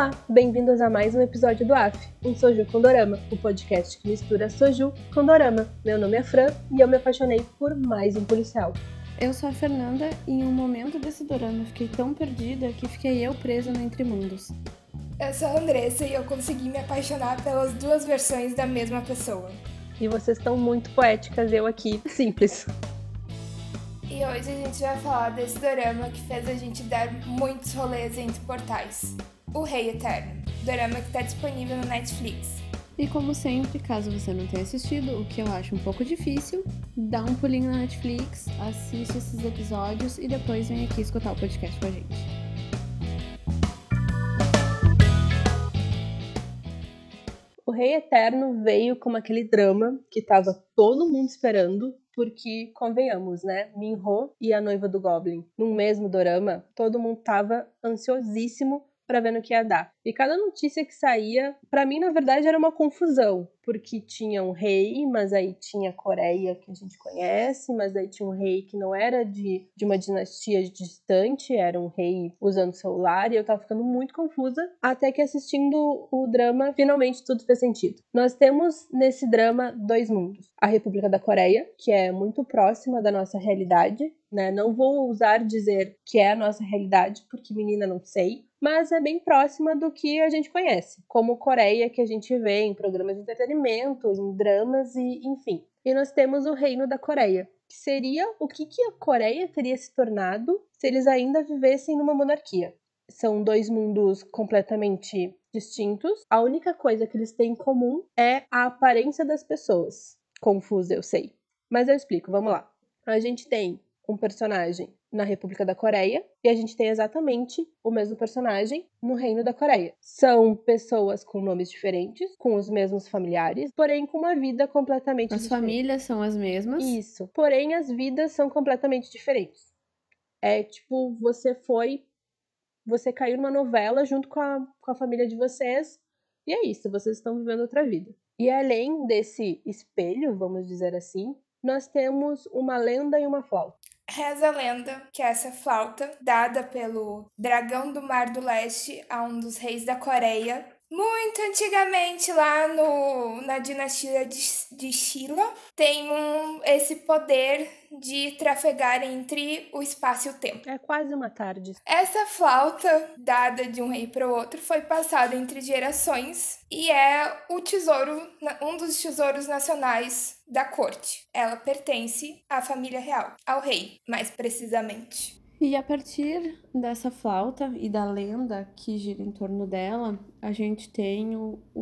Olá, bem-vindos a mais um episódio do AF, um Soju com Dorama, o podcast que mistura Soju com Dorama. Meu nome é Fran e eu me apaixonei por mais um policial. Eu sou a Fernanda e em um momento desse dorama fiquei tão perdida que fiquei eu presa no Entre Mundos. Eu sou a Andressa e eu consegui me apaixonar pelas duas versões da mesma pessoa. E vocês estão muito poéticas, eu aqui, simples. E hoje a gente vai falar desse dorama que fez a gente dar muitos rolês entre portais. O Rei Eterno, dorama que está disponível no Netflix. E como sempre, caso você não tenha assistido, o que eu acho um pouco difícil, dá um pulinho na Netflix, assiste esses episódios e depois vem aqui escutar o podcast com a gente. O Rei Eterno veio como aquele drama que tava todo mundo esperando, porque, convenhamos, né, Minho e a Noiva do Goblin, num mesmo dorama, todo mundo tava ansiosíssimo pra ver no que ia dar. E cada notícia que saía, pra mim, na verdade, era uma confusão, porque tinha um rei, mas aí tinha a Coreia, que a gente conhece, mas aí tinha um rei que não era de uma dinastia distante, era um rei usando celular, e eu tava ficando muito confusa, até que assistindo o drama, finalmente tudo fez sentido. Nós temos nesse drama dois mundos. A República da Coreia, que é muito próxima da nossa realidade, né? Não vou ousar dizer que é a nossa realidade, porque menina, não sei, mas é bem próxima do que a gente conhece, como Coreia que a gente vê em programas de entretenimento, em dramas e enfim. E nós temos o Reino da Coreia, que seria o que a Coreia teria se tornado se eles ainda vivessem numa monarquia. São dois mundos completamente distintos. A única coisa que eles têm em comum é a aparência das pessoas. Confusa, eu sei. Mas eu explico, vamos lá. A gente tem um personagem na República da Coreia e a gente tem exatamente o mesmo personagem no Reino da Coreia. São pessoas com nomes diferentes, com os mesmos familiares, porém com uma vida completamente diferente. As famílias são as mesmas. Isso. Porém, as vidas são completamente diferentes. É tipo, você caiu numa novela junto com a família de vocês e é isso, vocês estão vivendo outra vida. E além desse espelho, vamos dizer assim, nós temos uma lenda e uma flauta. Reza a lenda que essa flauta, dada pelo Dragão do Mar do Leste a um dos reis da Coreia, muito antigamente lá na dinastia de Shilla, tem esse poder de trafegar entre o espaço e o tempo. É quase uma tarde. Essa flauta, dada de um rei para o outro, foi passada entre gerações e é um dos tesouros nacionais da corte. Ela pertence à família real, ao rei, mais precisamente. E a partir dessa flauta e da lenda que gira em torno dela, a gente tem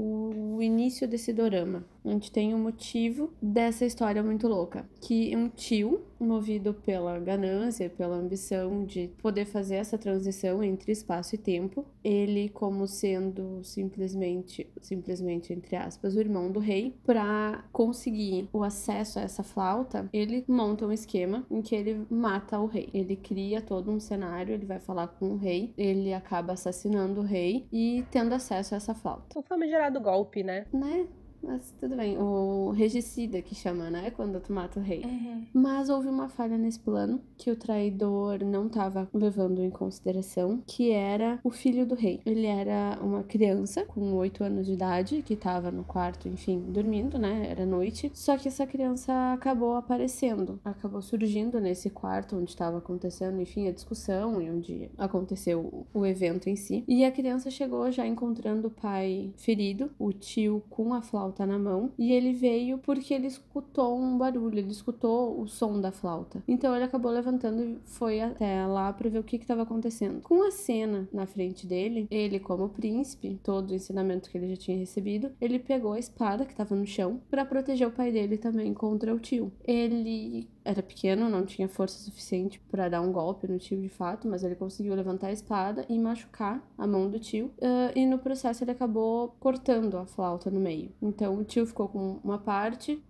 o início desse dorama. A gente tem o motivo dessa história muito louca. Que um tio, movido pela ganância, pela ambição de poder fazer essa transição entre espaço e tempo, ele como sendo simplesmente entre aspas, o irmão do rei, para conseguir o acesso a essa flauta, ele monta um esquema em que ele mata o rei. Ele cria todo um cenário, ele vai falar com o rei, ele acaba assassinando o rei e tendo acesso a essa flauta. O famigerado golpe, né? Mas tudo bem, o regicida que chama, né? Quando tu mata o rei. Uhum. Mas houve uma falha nesse plano, que o traidor não estava levando em consideração, que era o filho do rei. Ele era uma criança com 8 anos de idade, que estava no quarto, enfim, dormindo, né? Era noite. Só que essa criança acabou aparecendo, acabou surgindo nesse quarto onde estava acontecendo, enfim, a discussão e onde aconteceu o evento em si. E a criança chegou já encontrando o pai ferido, o tio com a flauta na mão, e ele veio porque ele escutou um barulho, ele escutou o som da flauta. Então ele acabou levantando e foi até lá para ver o que estava acontecendo. Com a cena na frente dele, ele como príncipe, todo o ensinamento que ele já tinha recebido, ele pegou a espada que estava no chão para proteger o pai dele também contra o tio. Ele era pequeno, não tinha força suficiente para dar um golpe no tio de fato, mas ele conseguiu levantar a espada e machucar a mão do tio, e no processo ele acabou cortando a flauta no meio. Então o tio ficou com uma parte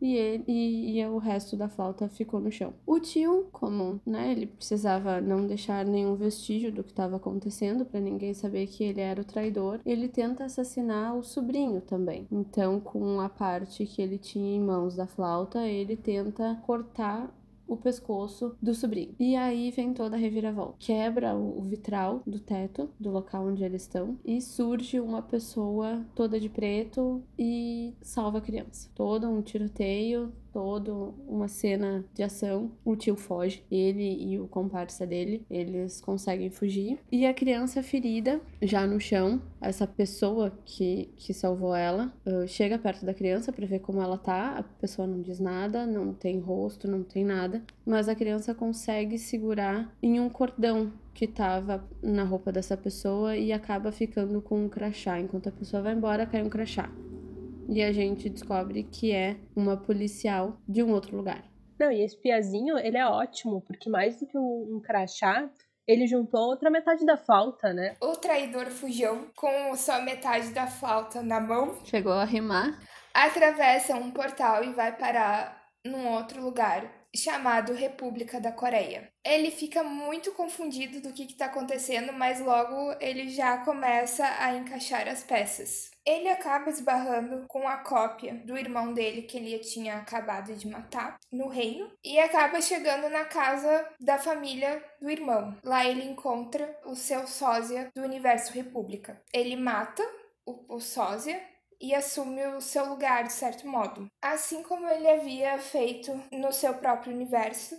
e o resto da flauta ficou no chão. O tio, como, né, ele precisava não deixar nenhum vestígio do que estava acontecendo para ninguém saber que ele era o traidor, ele tenta assassinar o sobrinho também. Então, com a parte que ele tinha em mãos da flauta, ele tenta cortar o pescoço do sobrinho. E aí vem toda a reviravolta. Quebra o vitral do teto do local onde eles estão e surge uma pessoa toda de preto e salva a criança. Todo um tiroteio, toda uma cena de ação. O tio foge, ele e o comparsa dele, eles conseguem fugir. E a criança ferida, já no chão, essa pessoa que salvou ela, chega perto da criança pra ver como ela tá. A pessoa não diz nada, não tem rosto, não tem nada, mas a criança consegue segurar em um cordão que tava na roupa dessa pessoa e acaba ficando com um crachá. Enquanto a pessoa vai embora, cai um crachá. E a gente descobre que é uma policial de um outro lugar. Não, e esse piazinho, ele é ótimo, porque mais do que um crachá, ele juntou outra metade da flauta, né? O traidor fugiu com só metade da flauta na mão, Chegou a rimar. atravessa um portal e vai parar num outro lugar chamado República da Coreia. Ele fica muito confundido do que está acontecendo, mas logo ele já começa a encaixar as peças. Ele acaba esbarrando com a cópia do irmão dele que ele tinha acabado de matar no reino e acaba chegando na casa da família do irmão. Lá ele encontra o seu sósia do universo República. Ele mata o sósia e assume o seu lugar de certo modo. Assim como ele havia feito no seu próprio universo,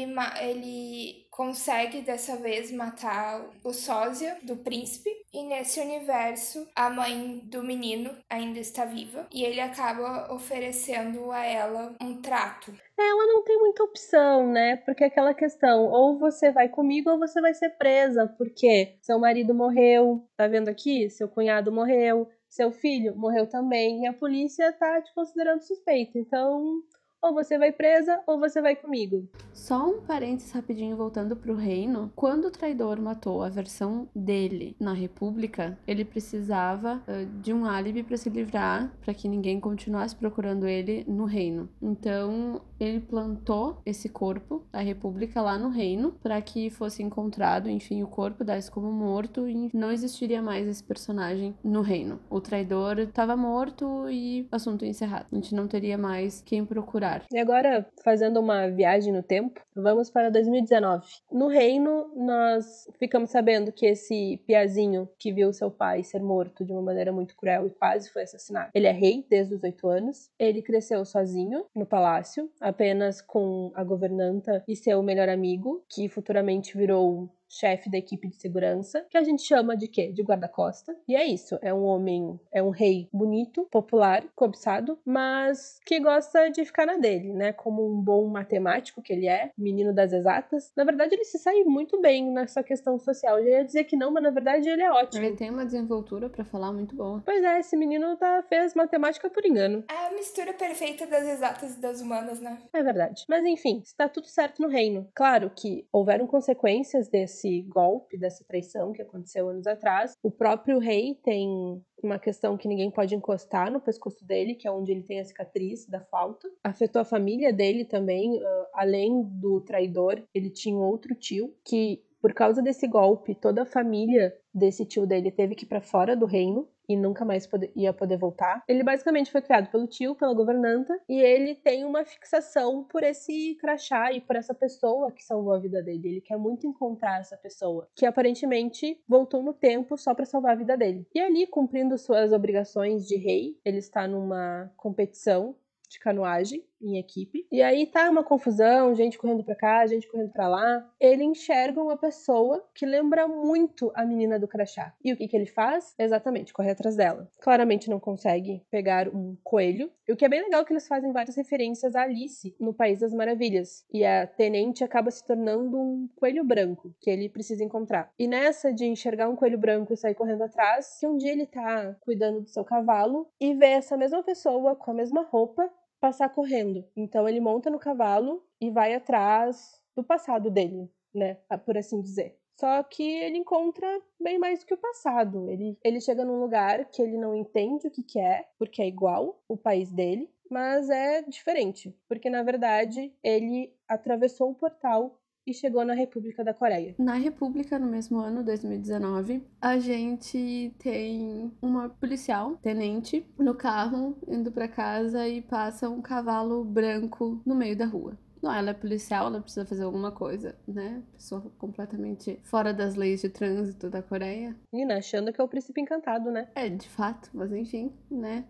ele consegue dessa vez matar o sósia do príncipe, e nesse universo a mãe do menino ainda está viva e ele acaba oferecendo a ela um trato. Ela não tem muita opção, né? Porque é aquela questão, ou você vai comigo ou você vai ser presa, porque seu marido morreu, tá vendo aqui? Seu cunhado morreu, seu filho morreu também, e a polícia tá te considerando suspeito. Então, ou você vai presa ou você vai comigo. Só um parênteses rapidinho voltando pro reino. Quando o traidor matou a versão dele na República, ele precisava de um álibi para se livrar, para que ninguém continuasse procurando ele no reino. Então, ele plantou esse corpo da República lá no reino para que fosse encontrado, enfim, o corpo desse como morto e não existiria mais esse personagem no reino. O traidor estava morto e assunto encerrado. A gente não teria mais quem procurar. E agora, fazendo uma viagem no tempo, vamos para 2019. No reino, nós ficamos sabendo que esse piazinho que viu seu pai ser morto de uma maneira muito cruel e quase foi assassinado. Ele é rei desde os 8 anos. Ele cresceu sozinho no palácio, apenas com a governanta e seu melhor amigo, que futuramente virou chefe da equipe de segurança, que a gente chama de quê? De guarda-costa. E é isso, é um homem, é um rei bonito, popular, cobiçado, mas que gosta de ficar na dele, né? Como um bom matemático que ele é, menino das exatas. Na verdade, ele se sai muito bem nessa questão social. Eu já ia dizer que não, mas na verdade ele é ótimo. Ele tem uma desenvoltura pra falar muito boa. Pois é, esse menino fez matemática por engano. É a mistura perfeita das exatas e das humanas, né? É verdade. Mas enfim, está tudo certo no reino. Claro que houveram consequências desse golpe, dessa traição que aconteceu anos atrás. O próprio rei tem uma questão que ninguém pode encostar no pescoço dele, que é onde ele tem a cicatriz da flauta. Afetou a família dele também. Além do traidor, ele tinha um outro tio que, por causa desse golpe, toda a família desse tio dele teve que ir pra fora do reino e nunca mais ia poder voltar. Ele basicamente foi criado pelo tio, pela governanta, e ele tem uma fixação por esse crachá e por essa pessoa que salvou a vida dele. Ele quer muito encontrar essa pessoa, que aparentemente voltou no tempo só pra salvar a vida dele. E ali, cumprindo suas obrigações de rei, ele está numa competição de canoagem em equipe. E aí tá uma confusão, gente correndo pra cá, gente correndo pra lá. Ele enxerga uma pessoa que lembra muito a menina do crachá. E o que ele faz? Exatamente, corre atrás dela. Claramente não consegue pegar um coelho. E o que é bem legal é que eles fazem várias referências a Alice no País das Maravilhas. E a tenente acaba se tornando um coelho branco que ele precisa encontrar. E nessa de enxergar um coelho branco e sair correndo atrás, que um dia ele tá cuidando do seu cavalo e vê essa mesma pessoa com a mesma roupa passar correndo. Então ele monta no cavalo e vai atrás do passado dele, né? Por assim dizer. Só que ele encontra bem mais do que o passado. Ele chega num lugar que ele não entende o que é, porque é igual o país dele, mas é diferente. Porque, na verdade, ele atravessou o portal e chegou na República da Coreia. Na República, no mesmo ano, 2019, a gente tem uma policial, tenente, no carro, indo pra casa e passa um cavalo branco no meio da rua. Não, ela é policial, ela precisa fazer alguma coisa, né? Pessoa completamente fora das leis de trânsito da Coreia. Menina, achando que é o príncipe encantado, né? É, de fato, mas enfim, né?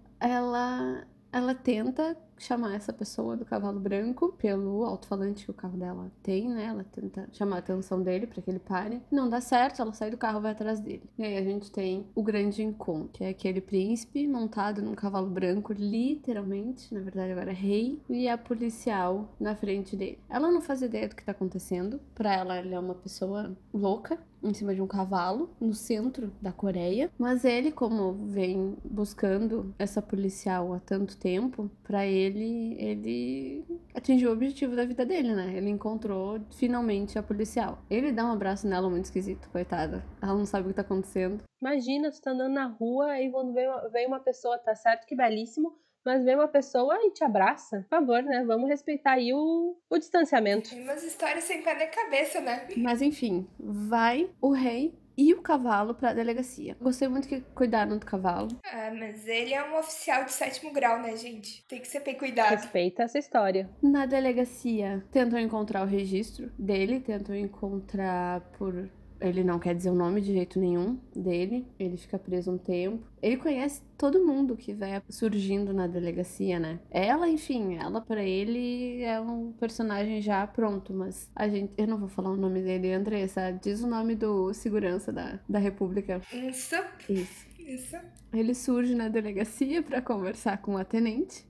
Ela tenta chamar essa pessoa do cavalo branco pelo alto-falante que o carro dela tem, né? Ela tenta chamar a atenção dele pra que ele pare. Não dá certo, ela sai do carro e vai atrás dele. E aí a gente tem o grande encontro, que é aquele príncipe montado num cavalo branco, literalmente, na verdade agora é rei, e a policial na frente dele. Ela não faz ideia do que tá acontecendo. Pra ela, ele é uma pessoa louca, em cima de um cavalo, no centro da Coreia. Mas ele, como vem buscando essa policial há tanto tempo, pra ele atingiu o objetivo da vida dele, né? Ele encontrou finalmente a policial. Ele dá um abraço nela muito esquisito, coitada. Ela não sabe o que tá acontecendo. Imagina, tu tá andando na rua e quando vem uma pessoa, tá certo que belíssimo, mas vem uma pessoa e te abraça. Por favor, né? Vamos respeitar aí o distanciamento. Tem umas histórias sem pé nem cabeça, né? Mas enfim, vai o rei e o cavalo pra delegacia. Gostei muito que cuidaram do cavalo. Ah, mas ele é um oficial de 7º grau, né, gente? Tem que ser bem cuidado. Respeita essa história. Na delegacia, tentam encontrar o registro dele, tentam encontrar por... Ele não quer dizer o nome de jeito nenhum dele, ele fica preso um tempo. Ele conhece todo mundo que vai surgindo na delegacia, né? Ela, enfim, ela pra ele é um personagem já pronto, mas eu não vou falar o nome dele, Andressa, diz o nome do segurança da República. Isso. Ele surge na delegacia pra conversar com a tenente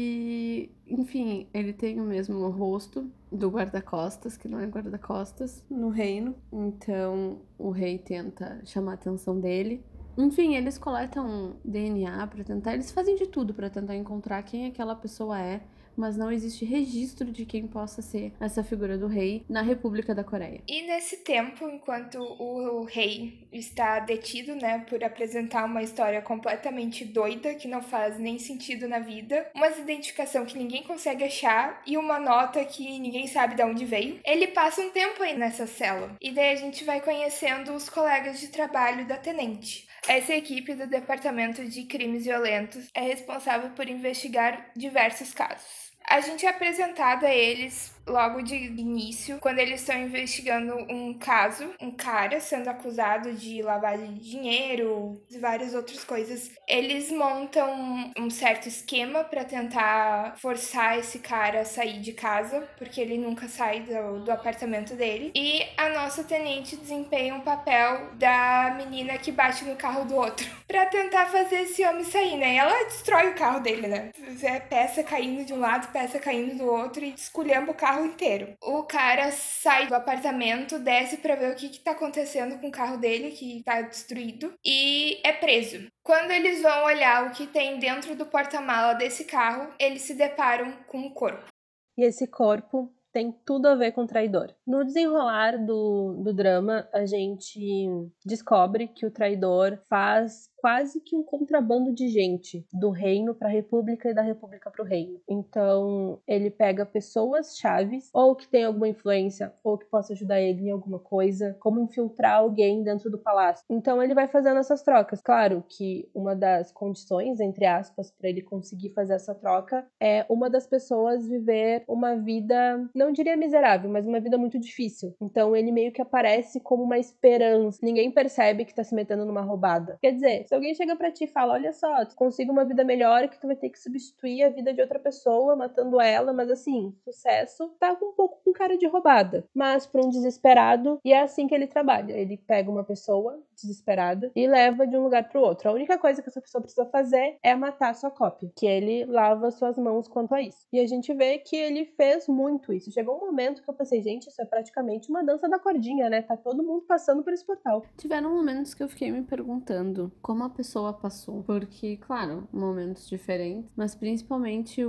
e, enfim, ele tem o mesmo rosto do guarda-costas, que não é guarda-costas, no reino. Então, o rei tenta chamar a atenção dele. Enfim, eles coletam DNA pra tentar... Eles fazem de tudo pra tentar encontrar quem aquela pessoa é, mas não existe registro de quem possa ser essa figura do rei na República da Coreia. E nesse tempo, enquanto o rei está detido, né, por apresentar uma história completamente doida, que não faz nem sentido na vida, uma identificação que ninguém consegue achar e uma nota que ninguém sabe de onde veio, ele passa um tempo aí nessa cela. E daí a gente vai conhecendo os colegas de trabalho da tenente. Essa equipe do Departamento de Crimes Violentos é responsável por investigar diversos casos. A gente é apresentado a eles logo de início, quando eles estão investigando um caso, um cara sendo acusado de lavagem de dinheiro e várias outras coisas. Eles montam um certo esquema para tentar forçar esse cara a sair de casa, porque ele nunca sai do apartamento dele. E a nossa tenente desempenha um papel da menina que bate no carro do outro, para tentar fazer esse homem sair, né? E ela destrói o carro dele, né? É peça caindo de um lado, peça caindo do outro e esculhamba o carro inteiro. O cara sai do apartamento, desce pra ver o que tá acontecendo com o carro dele, que tá destruído, e é preso. Quando eles vão olhar o que tem dentro do porta-mala desse carro, eles se deparam com um corpo. E esse corpo tem tudo a ver com o traidor. No desenrolar do drama, a gente descobre que o traidor faz quase que um contrabando de gente do reino para a república e da república para o reino. Então, ele pega pessoas chaves, ou que tem alguma influência, ou que possa ajudar ele em alguma coisa, como infiltrar alguém dentro do palácio. Então, ele vai fazendo essas trocas. Claro que uma das condições, entre aspas, para ele conseguir fazer essa troca é uma das pessoas viver uma vida, não diria miserável, mas uma vida muito difícil. Então, ele meio que aparece como uma esperança. Ninguém percebe que tá se metendo numa roubada. Quer dizer, se alguém chega pra ti e fala, olha só, tu consiga uma vida melhor que tu vai ter que substituir a vida de outra pessoa, matando ela, mas assim, sucesso tá um pouco com cara de roubada. Mas pra um desesperado, e é assim que ele trabalha. Ele pega uma pessoa desesperada e leva de um lugar pro outro. A única coisa que essa pessoa precisa fazer é matar a sua cópia, que ele lava suas mãos quanto a isso. E a gente vê que ele fez muito isso. Chegou um momento que eu pensei, gente, isso é praticamente uma dança da cordinha, né? Tá todo mundo passando por esse portal. Tiveram momentos que eu fiquei me perguntando como a pessoa passou. Porque, claro, momentos diferentes, mas principalmente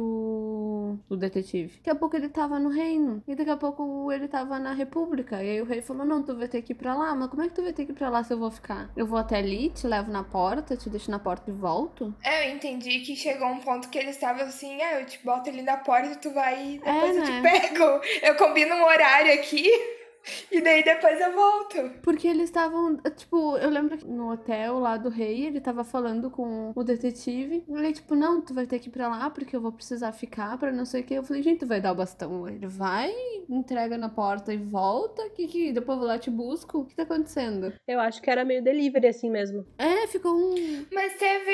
o detetive. Daqui a pouco ele tava no reino, e daqui a pouco ele tava na república. E aí o rei falou, não, tu vai ter que ir pra lá. Mas como é que tu vai ter que ir pra lá se eu vou ficar? Eu vou até ali, te levo na porta, te deixo na porta e volto? Eu entendi que chegou um ponto que ele estava assim, eu te boto ali na porta e tu vai, depois eu né? te pego. Eu combino um horário aqui. E daí depois eu volto. Porque eles estavam, tipo, eu lembro que no hotel lá do rei, ele tava falando com o detetive. Ele, tipo, não, tu vai ter que ir pra lá porque eu vou precisar ficar pra não sei o que. Eu falei, gente, tu vai dar o bastão. Ele vai, entrega na porta e volta. Que depois eu vou lá te busco. O que tá acontecendo? Eu acho que era meio delivery assim mesmo. É, ficou um. Mas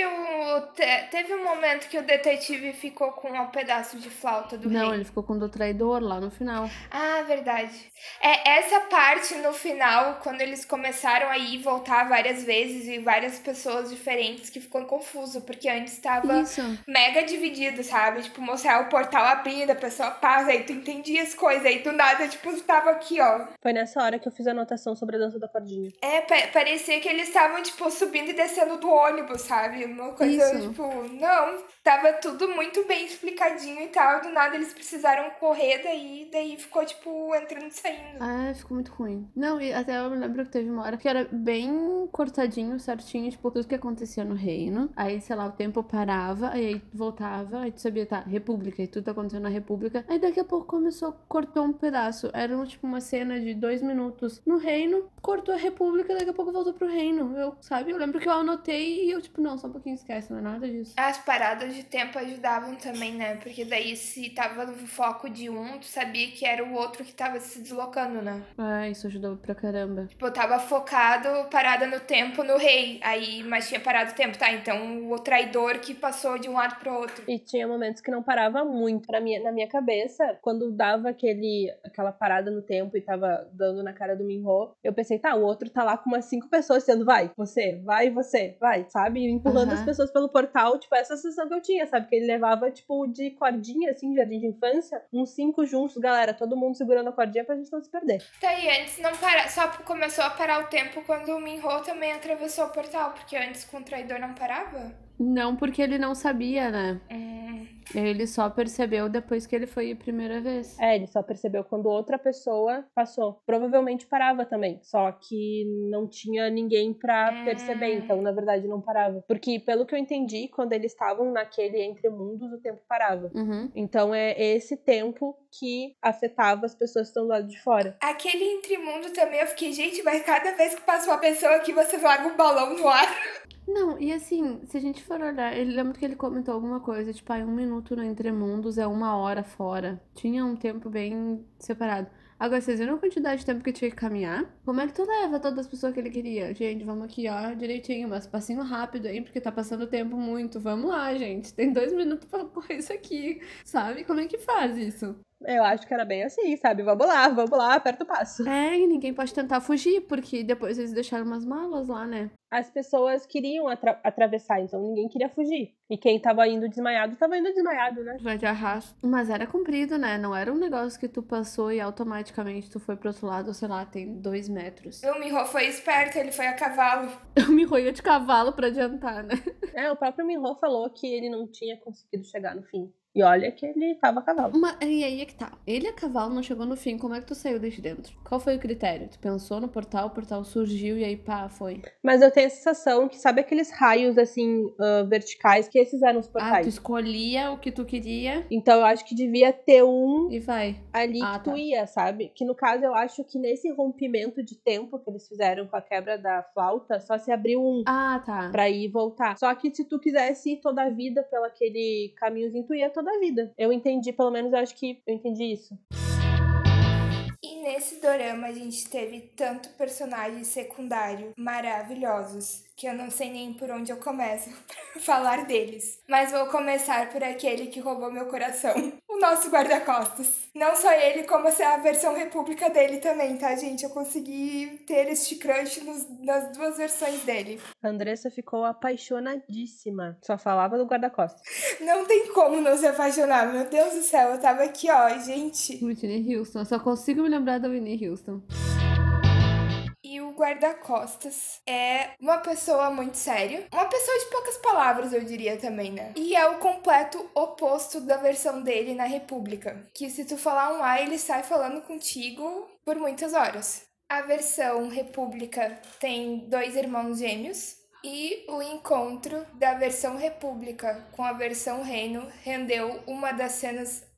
teve um momento que o detetive ficou com um pedaço de flauta do Não, rei. ele ficou com o do traidor lá no final. Ah, verdade. Essa parte no final, quando eles começaram a ir e voltar várias vezes e várias pessoas diferentes, que ficou confuso, porque antes tava Isso. mega dividido, sabe? Tipo, mostrar o portal abrindo, a pessoa passa, aí tu entendia as coisas, aí do nada, tipo, tava aqui, ó. Foi nessa hora que eu fiz a anotação sobre a dança da cordinha. Parecia que eles estavam, tipo, subindo e descendo do ônibus, sabe? Uma coisa, Isso. tipo, não, tava tudo muito bem explicadinho e tal, do nada eles precisaram correr, daí ficou, tipo, entrando e saindo. Ah, ficou muito ruim. Não, e até eu me lembro que teve uma hora que era bem cortadinho, certinho, tipo, tudo que acontecia no reino. Aí, sei lá, o tempo parava, aí voltava, aí tu sabia, tá, República, e tudo acontecendo na República. Aí daqui a pouco cortou um pedaço. Era, tipo, uma cena de 2 minutos no reino, cortou a República, daqui a pouco voltou pro reino. Eu lembro que eu anotei e eu, tipo, não, só um pouquinho, esquece, não é nada disso. As paradas de tempo ajudavam também, né? Porque daí se tava no foco de um, tu sabia que era o outro que tava se deslocando, né? Ah, isso ajudou pra caramba. Tipo, eu tava focado, parada no tempo no rei. Aí, mas tinha parado o tempo, tá? Então o traidor que passou de um lado pro outro. E tinha momentos que não parava muito. Na minha cabeça, quando dava aquela parada no tempo e tava dando na cara do Minho, eu pensei, tá, o outro tá lá com umas 5 pessoas dizendo, vai, você, vai, sabe? E empurrando as pessoas pelo portal, tipo, essa sensação que eu tinha, sabe? Que ele levava, tipo, de cordinha, assim, jardim de infância, uns 5 juntos, galera, todo mundo segurando a cordinha pra gente não se perder. Tá aí, antes não para, só começou a parar o tempo quando o Minho também atravessou o portal, porque antes com o traidor não parava? Não, porque ele não sabia, né? Hum. Ele só percebeu depois que ele foi a primeira vez. Ele só percebeu quando outra pessoa passou. Provavelmente parava também, só que não tinha ninguém pra perceber, então na verdade não parava. Porque pelo que eu entendi, quando eles estavam naquele entre mundos, o tempo parava. Uhum. Então é esse tempo que afetava as pessoas que estão do lado de fora. Aquele entremundo também, eu fiquei, gente, mas cada vez que passa uma pessoa aqui, você larga um balão no ar. Não, e assim, se a gente for olhar, eu lembro que ele comentou alguma coisa, tipo, 1 minuto no Entremundos é 1 hora fora. Tinha um tempo bem separado. Agora, vocês viram a quantidade de tempo que tinha que caminhar? Como é que tu leva todas as pessoas que ele queria? Gente, vamos aqui, ó, direitinho, mas passinho rápido, hein? Porque tá passando o tempo muito. Vamos lá, gente. Tem 2 minutos pra correr isso aqui. Sabe? Como é que faz isso? Eu acho que era bem assim, sabe? Vamos lá, aperta o passo. É, e ninguém pode tentar fugir, porque depois eles deixaram umas malas lá, né? As pessoas queriam atravessar, então ninguém queria fugir. E quem tava indo desmaiado, né? Vai de arrasto. Mas era comprido, né? Não era um negócio que tu passou e automaticamente tu foi pro outro lado, sei lá, tem 2 metros. O Minho foi esperto, ele foi a cavalo. Eu me roía de cavalo pra adiantar, né? O próprio Minho falou que ele não tinha conseguido chegar no fim. E olha que ele tava a cavalo. E aí é que tá. Ele a cavalo não chegou no fim. Como é que tu saiu desde dentro? Qual foi o critério? Tu pensou no portal, o portal surgiu e aí pá, foi. Mas eu tenho a sensação que, sabe aqueles raios, assim, verticais, que esses eram os Ah, tu portais. escolhia o que tu queria Então eu acho que devia ter um e vai. ali que tu ia, sabe? Que no caso eu acho que nesse rompimento de tempo que eles fizeram com a quebra da flauta, só se abriu um Ah, tá. pra ir e voltar. Só que se tu quisesse ir toda a vida pelo aquele caminhozinho, tu ia toda a vida. Eu entendi, pelo menos eu acho que eu entendi isso. E nesse dorama a gente teve tanto personagens secundários maravilhosos que eu não sei nem por onde eu começo pra falar deles. Mas vou começar por aquele que roubou meu coração. O nosso guarda-costas. Não só ele, como a versão república dele também, tá, gente? Eu consegui ter este crush nas duas versões dele. A Andressa ficou apaixonadíssima. Só falava do guarda-costas. Não tem como não se apaixonar. Meu Deus do céu, eu tava aqui, ó, gente. Whitney Houston. Eu só consigo me lembrar da Whitney Houston. E o guarda-costas é uma pessoa muito séria. Uma pessoa de poucas palavras, eu diria também, né? E é o completo oposto da versão dele na República. Que se tu falar um A, ele sai falando contigo por muitas horas. A versão República tem 2 irmãos gêmeos. E o encontro da versão República com a versão Reino rendeu uma das cenas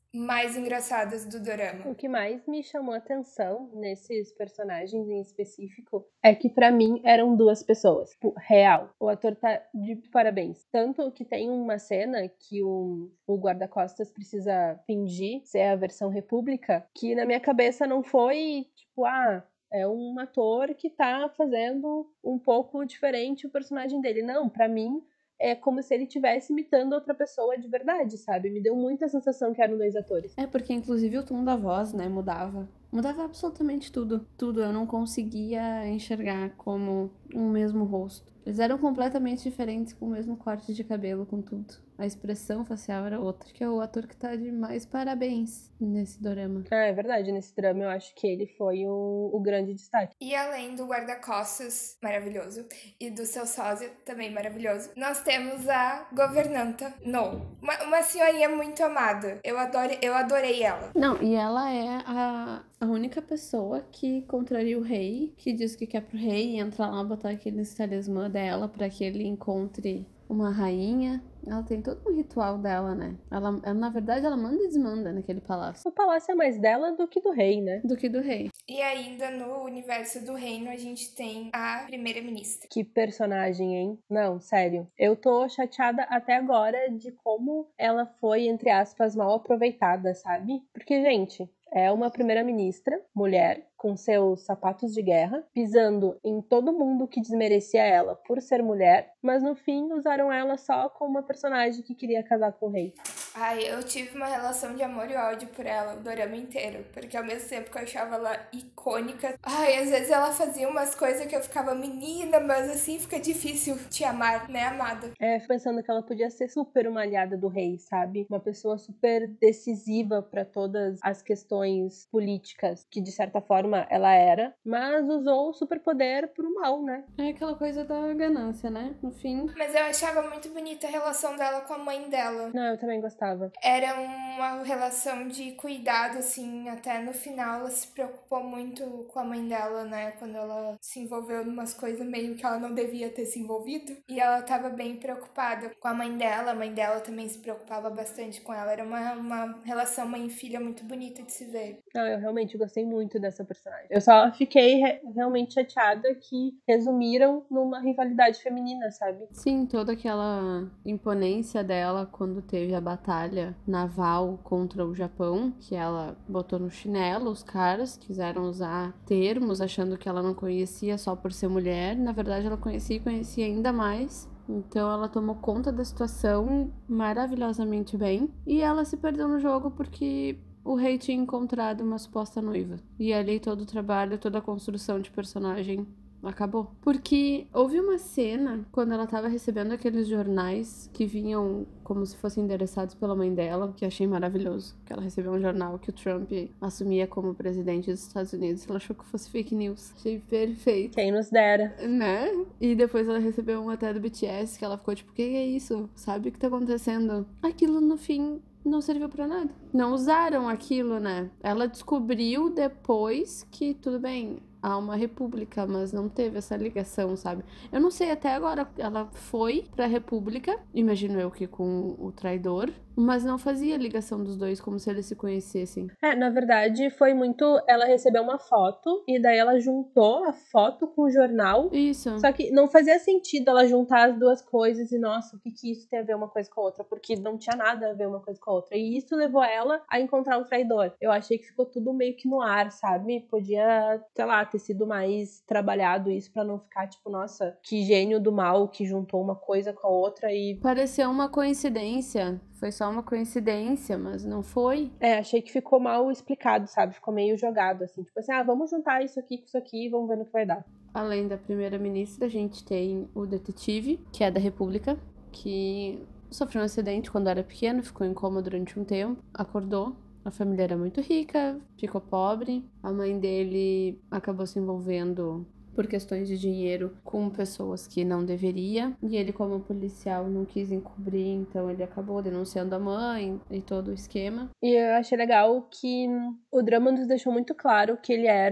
mais engraçadas do dorama. O que mais me chamou a atenção nesses personagens em específico é que pra mim eram duas pessoas, tipo, real. O ator tá de parabéns. Tanto que tem uma cena que o guarda-costas precisa fingir ser a versão República, que na minha cabeça não foi tipo, é um ator que tá fazendo um pouco diferente o personagem dele. Não, pra mim é como se ele estivesse imitando outra pessoa de verdade, sabe? Me deu muita sensação que eram dois atores. É porque, inclusive, o tom da voz, né, mudava. Mudava absolutamente tudo. Tudo. Eu não conseguia enxergar como um mesmo rosto. Eles eram completamente diferentes, com o mesmo corte de cabelo, com tudo. A expressão facial era outra. Que é o ator que tá de mais parabéns nesse dorama. É verdade, nesse drama eu acho que ele foi o grande destaque. E além do guarda-costas, maravilhoso, e do seu sósia, também maravilhoso, nós temos a governanta No. Uma senhorinha muito amada. Eu adorei ela. Não, e ela é a única pessoa que contraria o rei, que diz que quer pro rei e entra lá botar aqueles talismã dela pra que ele encontre uma rainha. Ela tem todo um ritual dela, né? Ela, na verdade, ela manda e desmanda naquele palácio. O palácio é mais dela do que do rei, né? Do que do rei. E ainda no universo do reino, a gente tem a primeira-ministra. Que personagem, hein? Não, sério. Eu tô chateada até agora de como ela foi, entre aspas, mal aproveitada, sabe? Porque, gente, é uma primeira-ministra, mulher, com seus sapatos de guerra, pisando em todo mundo que desmerecia ela por ser mulher, mas no fim usaram ela só como uma personagem que queria casar com o rei. Ai, eu tive uma relação de amor e ódio por ela o dorama inteiro, porque ao mesmo tempo que eu achava ela icônica, ai, às vezes ela fazia umas coisas que eu ficava menina, mas assim fica difícil te amar, né, amada? Fico pensando que ela podia ser super uma aliada do rei, sabe? Uma pessoa super decisiva para todas as questões políticas, que de certa forma ela era, mas usou o superpoder pro mal, né? É aquela coisa da ganância, né? No fim. Mas eu achava muito bonita a relação dela com a mãe dela. Não, eu também gostava. Era uma relação de cuidado, assim, até no final ela se preocupou muito com a mãe dela, né? Quando ela se envolveu em umas coisas meio que ela não devia ter se envolvido. E ela tava bem preocupada com a mãe dela também se preocupava bastante com ela. Era uma relação mãe e filha muito bonita de se ver. Não, eu realmente gostei muito dessa personagem. Eu só fiquei realmente chateada que resumiram numa rivalidade feminina, sabe? Sim, toda aquela imponência dela quando teve a batalha naval contra o Japão, que ela botou no chinelo, os caras quiseram usar termos achando que ela não conhecia só por ser mulher. Na verdade, ela conhecia e conhecia ainda mais. Então ela tomou conta da situação maravilhosamente bem. E ela se perdeu no jogo porque o rei tinha encontrado uma suposta noiva. E ali todo o trabalho, toda a construção de personagem acabou. Porque houve uma cena quando ela tava recebendo aqueles jornais que vinham como se fossem endereçados pela mãe dela, que eu achei maravilhoso. Que ela recebeu um jornal que o Trump assumia como presidente dos Estados Unidos. Ela achou que fosse fake news. Achei perfeito. Quem nos dera. Né? E depois ela recebeu um até do BTS, que ela ficou tipo, que é isso? Sabe o que tá acontecendo? Aquilo no fim não serviu pra nada. Não usaram aquilo, né? Ela descobriu depois que, tudo bem, há uma república, mas não teve essa ligação, sabe? Eu não sei, até agora ela foi pra república, imagino eu que com o traidor, mas não fazia ligação dos dois como se eles se conhecessem. Na verdade, foi muito... Ela recebeu uma foto e daí ela juntou a foto com o jornal. Isso. Só que não fazia sentido ela juntar as duas coisas e, nossa, o que isso tem a ver uma coisa com a outra? Porque não tinha nada a ver uma coisa com a outra. E isso levou ela a encontrar o traidor. Eu achei que ficou tudo meio que no ar, sabe? Podia, sei lá, ter sido mais trabalhado isso pra não ficar tipo, nossa, que gênio do mal que juntou uma coisa com a outra e... Pareceu uma coincidência. Foi só uma coincidência, mas não foi. Achei que ficou mal explicado, sabe? Ficou meio jogado, assim. Tipo assim, vamos juntar isso aqui com isso aqui e vamos ver no que vai dar. Além da primeira-ministra, a gente tem o detetive, que é da República, que sofreu um acidente quando era pequeno, ficou em coma durante um tempo, acordou. A família era muito rica, ficou pobre. A mãe dele acabou se envolvendo por questões de dinheiro com pessoas que não deveria. E ele, como policial, não quis encobrir, então ele acabou denunciando a mãe e todo o esquema. E eu achei legal que o drama nos deixou muito claro que ele era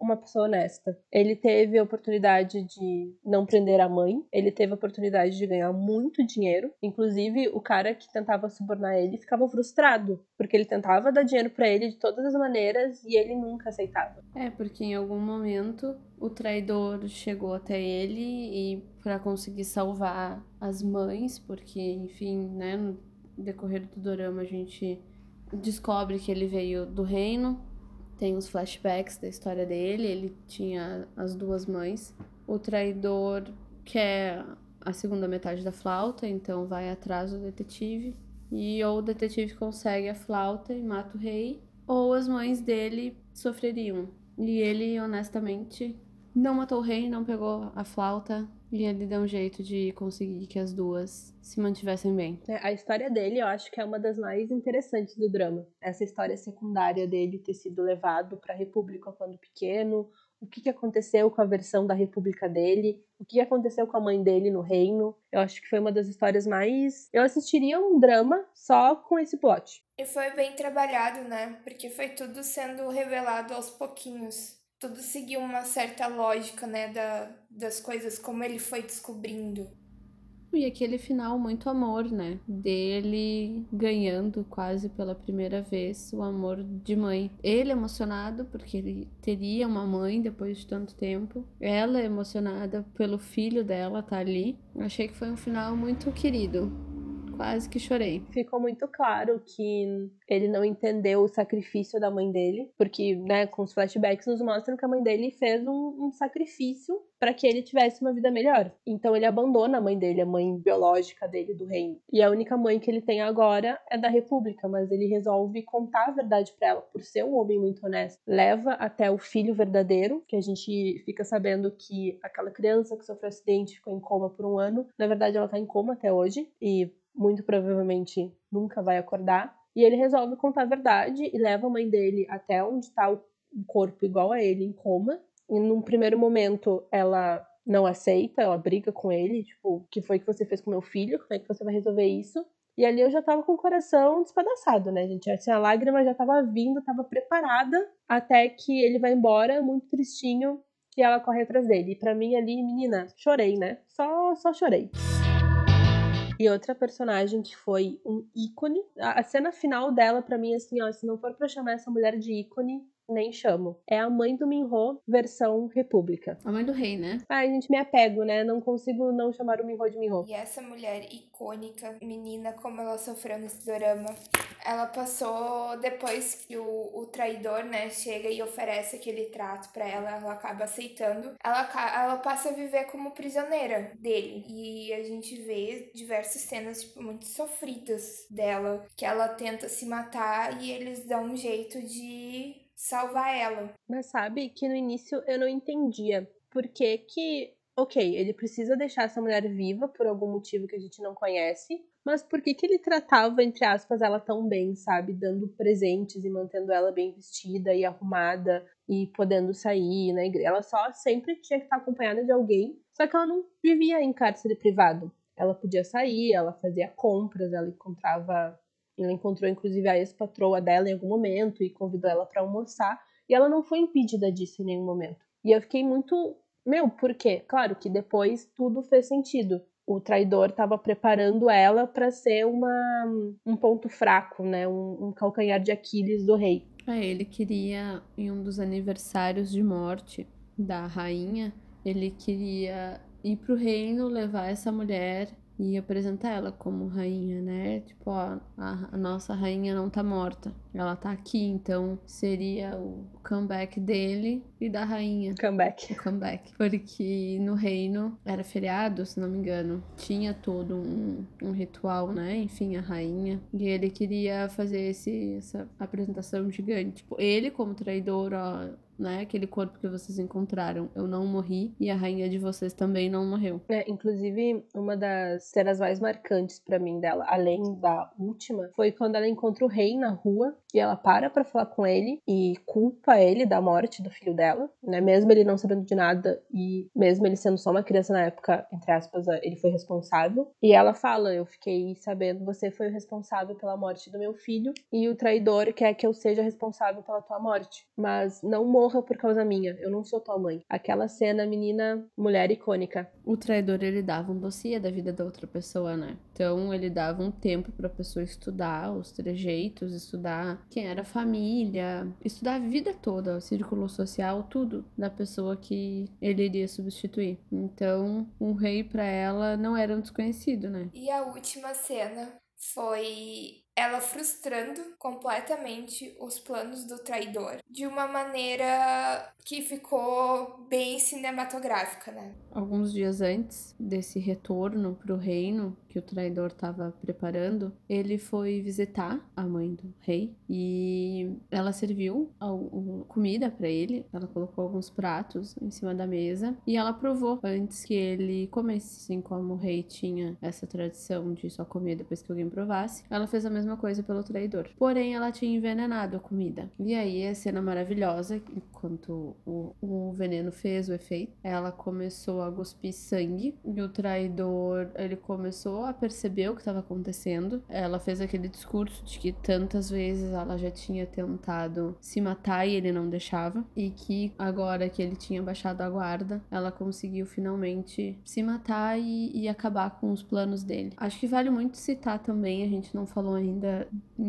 uma pessoa honesta. Ele teve a oportunidade de não prender a mãe, ele teve a oportunidade de ganhar muito dinheiro. Inclusive, o cara que tentava subornar ele ficava frustrado, porque ele tentava dar dinheiro pra ele de todas as maneiras e ele nunca aceitava. Porque em algum momento o traidor chegou até ele e para conseguir salvar as mães, porque, enfim, né, no decorrer do dorama a gente descobre que ele veio do reino, tem os flashbacks da história dele, ele tinha as duas mães. O traidor quer a segunda metade da flauta, então vai atrás do detetive, e ou o detetive consegue a flauta e mata o rei, ou as mães dele sofreriam. E ele, honestamente, não matou o rei, não pegou a flauta, e ele deu um jeito de conseguir que as duas se mantivessem bem. A história dele, eu acho que é uma das mais interessantes do drama. Essa história secundária dele ter sido levado para a República quando pequeno, o que aconteceu com a versão da República dele, o que aconteceu com a mãe dele no reino. Eu acho que foi uma das histórias mais... Eu assistiria um drama só com esse plot. E foi bem trabalhado, né? Porque foi tudo sendo revelado aos pouquinhos. Tudo seguiu uma certa lógica, né? Das coisas, como ele foi descobrindo. E aquele final muito amor, né? Dele ganhando quase pela primeira vez o amor de mãe. Ele emocionado porque ele teria uma mãe depois de tanto tempo. Ela emocionada pelo filho dela tá ali. Achei que foi um final muito querido. Quase que chorei. Ficou muito claro que ele não entendeu o sacrifício da mãe dele, porque, né, com os flashbacks nos mostram que a mãe dele fez um sacrifício para que ele tivesse uma vida melhor. Então ele abandona a mãe dele, a mãe biológica dele do reino. E a única mãe que ele tem agora é da República, mas ele resolve contar a verdade para ela, por ser um homem muito honesto. Leva até o filho verdadeiro, que a gente fica sabendo que aquela criança que sofreu acidente ficou em coma por 1 ano. Na verdade, ela tá em coma até hoje e muito provavelmente nunca vai acordar. E ele resolve contar a verdade e leva a mãe dele até onde tá o corpo igual a ele, em coma. E num primeiro momento ela não aceita, ela briga com ele, tipo, o que foi que você fez com meu filho? Como é que você vai resolver isso? E ali eu já tava com o coração despedaçado, né, gente? A lágrima já tava vindo, tava preparada, até que ele vai embora, muito tristinho, e ela corre atrás dele. E pra mim ali, menina, chorei, né? Só chorei. E outra personagem que foi um ícone, a cena final dela, pra mim, assim, ó, se não for pra chamar essa mulher de ícone, nem chamo. É a mãe do Minho, versão República. A mãe do rei, né? Ai, gente, me apego, né? Não consigo não chamar o Minho de Minho. E essa mulher icônica, menina, como ela sofreu nesse dorama. Ela passou, depois que o traidor, né, chega e oferece aquele trato pra ela, ela acaba aceitando. Ela passa a viver como prisioneira dele. E a gente vê diversas cenas, tipo, muito sofridas dela, que ela tenta se matar e eles dão um jeito de salvar ela. Mas sabe que no início eu não entendia por que, ok, ele precisa deixar essa mulher viva por algum motivo que a gente não conhece, mas por que ele tratava, entre aspas, ela tão bem, sabe? Dando presentes e mantendo ela bem vestida e arrumada e podendo sair na igreja. Ela só sempre tinha que estar acompanhada de alguém, só que ela não vivia em cárcere privado. Ela podia sair, ela fazia compras, ela encontrou inclusive a ex-patroa dela em algum momento e convidou ela para almoçar. E ela não foi impedida disso em nenhum momento. E eu fiquei muito... por quê? Claro que depois tudo fez sentido. O traidor estava preparando ela para ser um ponto fraco, né? Um calcanhar de Aquiles do rei. Ele queria, em um dos aniversários de morte da rainha, ele queria ir pro reino, levar essa mulher e apresentar ela como rainha, né? Tipo, ó, a nossa rainha não tá morta, ela tá aqui, então seria o comeback dele e da rainha. Comeback. O comeback. Porque no reino era feriado, se não me engano. Tinha todo um ritual, né? Enfim, a rainha. E ele queria fazer essa apresentação gigante. Tipo, ele como traidor, ó, né? Aquele corpo que vocês encontraram. Eu não morri e a rainha de vocês também não morreu. Inclusive, uma das cenas mais marcantes pra mim dela, além da última, foi quando ela encontra o rei na rua e ela para pra falar com ele e culpa ele da morte do filho dela, né? Mesmo ele não sabendo de nada e mesmo ele sendo só uma criança na época, entre aspas, ele foi responsável. E ela fala, eu fiquei sabendo, você foi o responsável pela morte do meu filho e o traidor quer que eu seja responsável pela tua morte. Mas não morra por causa minha, eu não sou tua mãe. Aquela cena, menina, mulher icônica. O traidor, ele dava um dossiê da vida da outra pessoa, né? Então, ele dava um tempo pra pessoa estudar os trejeitos, estudar quem era a família, estudar a vida toda, o círculo social, tudo da pessoa que ele iria substituir. Então, um rei pra ela não era um desconhecido, né? E a última cena foi ela frustrando completamente os planos do traidor de uma maneira que ficou bem cinematográfica, né? Alguns dias antes desse retorno pro reino que o traidor estava preparando, ele foi visitar a mãe do rei e ela serviu comida para ele. Ela colocou alguns pratos em cima da mesa e ela provou antes que ele comesse. Assim como o rei tinha essa tradição de só comer depois que alguém provasse, ela fez a mesma coisa pelo traidor. Porém, ela tinha envenenado a comida. E aí, a cena maravilhosa, enquanto o veneno fez o efeito, ela começou a cuspir sangue e o traidor, ele começou a perceber o que estava acontecendo. Ela fez aquele discurso de que tantas vezes ela já tinha tentado se matar e ele não deixava, e que agora que ele tinha baixado a guarda, ela conseguiu finalmente se matar e acabar com os planos dele. Acho que vale muito citar também, a gente não falou ainda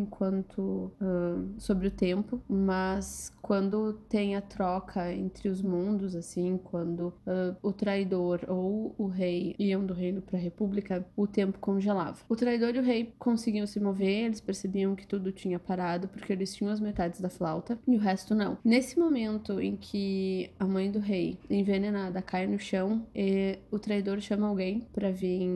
sobre o tempo, mas quando tem a troca entre os mundos, assim, quando o traidor ou o rei iam do reino para a república, o tempo congelava. O traidor e o rei conseguiam se mover, eles percebiam que tudo tinha parado porque eles tinham as metades da flauta e o resto não. Nesse momento em que a mãe do rei, envenenada, cai no chão, o traidor chama alguém para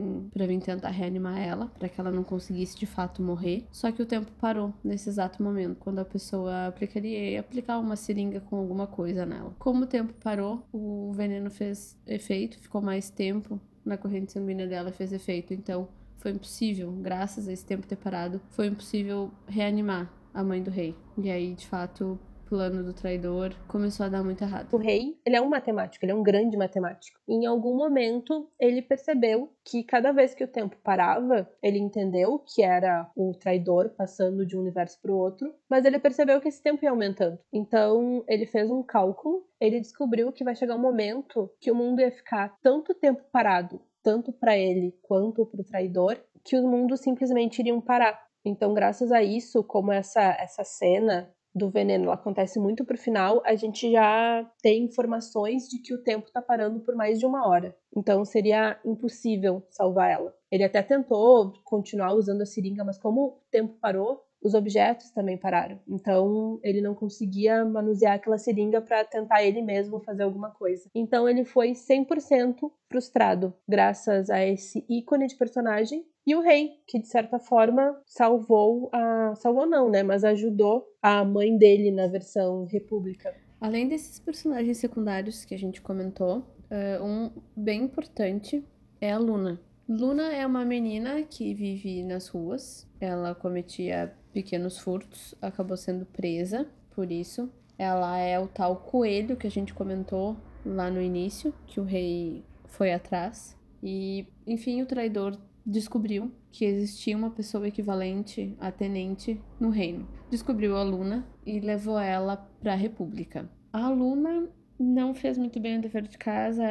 vir tentar reanimar ela, para que ela não conseguisse de fato morrer. Só que o tempo parou nesse exato momento, quando a pessoa ia aplicar uma seringa com alguma coisa nela. Como o tempo parou, o veneno fez efeito, ficou mais tempo na corrente sanguínea dela, fez efeito. Então, foi impossível, graças a esse tempo ter parado, foi impossível reanimar a mãe do rei. E aí, de fato, o plano do traidor começou a dar muito errado. O rei, ele é um matemático, ele é um grande matemático. Em algum momento, ele percebeu que cada vez que o tempo parava, ele entendeu que era o traidor passando de um universo para o outro, mas ele percebeu que esse tempo ia aumentando. Então, ele fez um cálculo, ele descobriu que vai chegar um momento que o mundo ia ficar tanto tempo parado, tanto para ele quanto para o traidor, que os mundos simplesmente iriam parar. Então, graças a isso, como essa cena do veneno ela acontece muito pro final, a gente já tem informações de que o tempo tá parando por mais de 1 hora. Então seria impossível salvar ela. Ele até tentou continuar usando a seringa, mas como o tempo parou, os objetos também pararam. Então ele não conseguia manusear aquela seringa para tentar ele mesmo fazer alguma coisa. Então ele foi 100% frustrado graças a esse ícone de personagem. E o rei, que de certa forma salvou não, né? Mas ajudou a mãe dele na versão República. Além desses personagens secundários que a gente comentou, um bem importante é a Luna. Luna é uma menina que vive nas ruas. Ela cometia pequenos furtos, acabou sendo presa por isso. Ela é o tal coelho que a gente comentou lá no início, que o rei foi atrás. E, enfim, o traidor descobriu que existia uma pessoa equivalente a tenente no reino. Descobriu a Luna e levou ela para a República. A Luna não fez muito bem o dever de casa,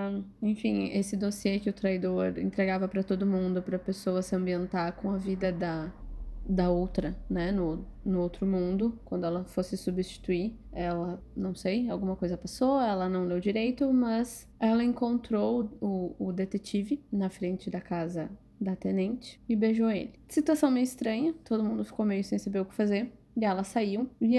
enfim, esse dossiê que o traidor entregava para todo mundo, para a pessoa se ambientar com a vida da outra, né, no outro mundo, quando ela fosse substituir, ela, não sei, alguma coisa passou, ela não leu direito, mas ela encontrou o detetive na frente da casa da tenente e beijou ele. Situação meio estranha, todo mundo ficou meio sem saber o que fazer, e ela saiu, e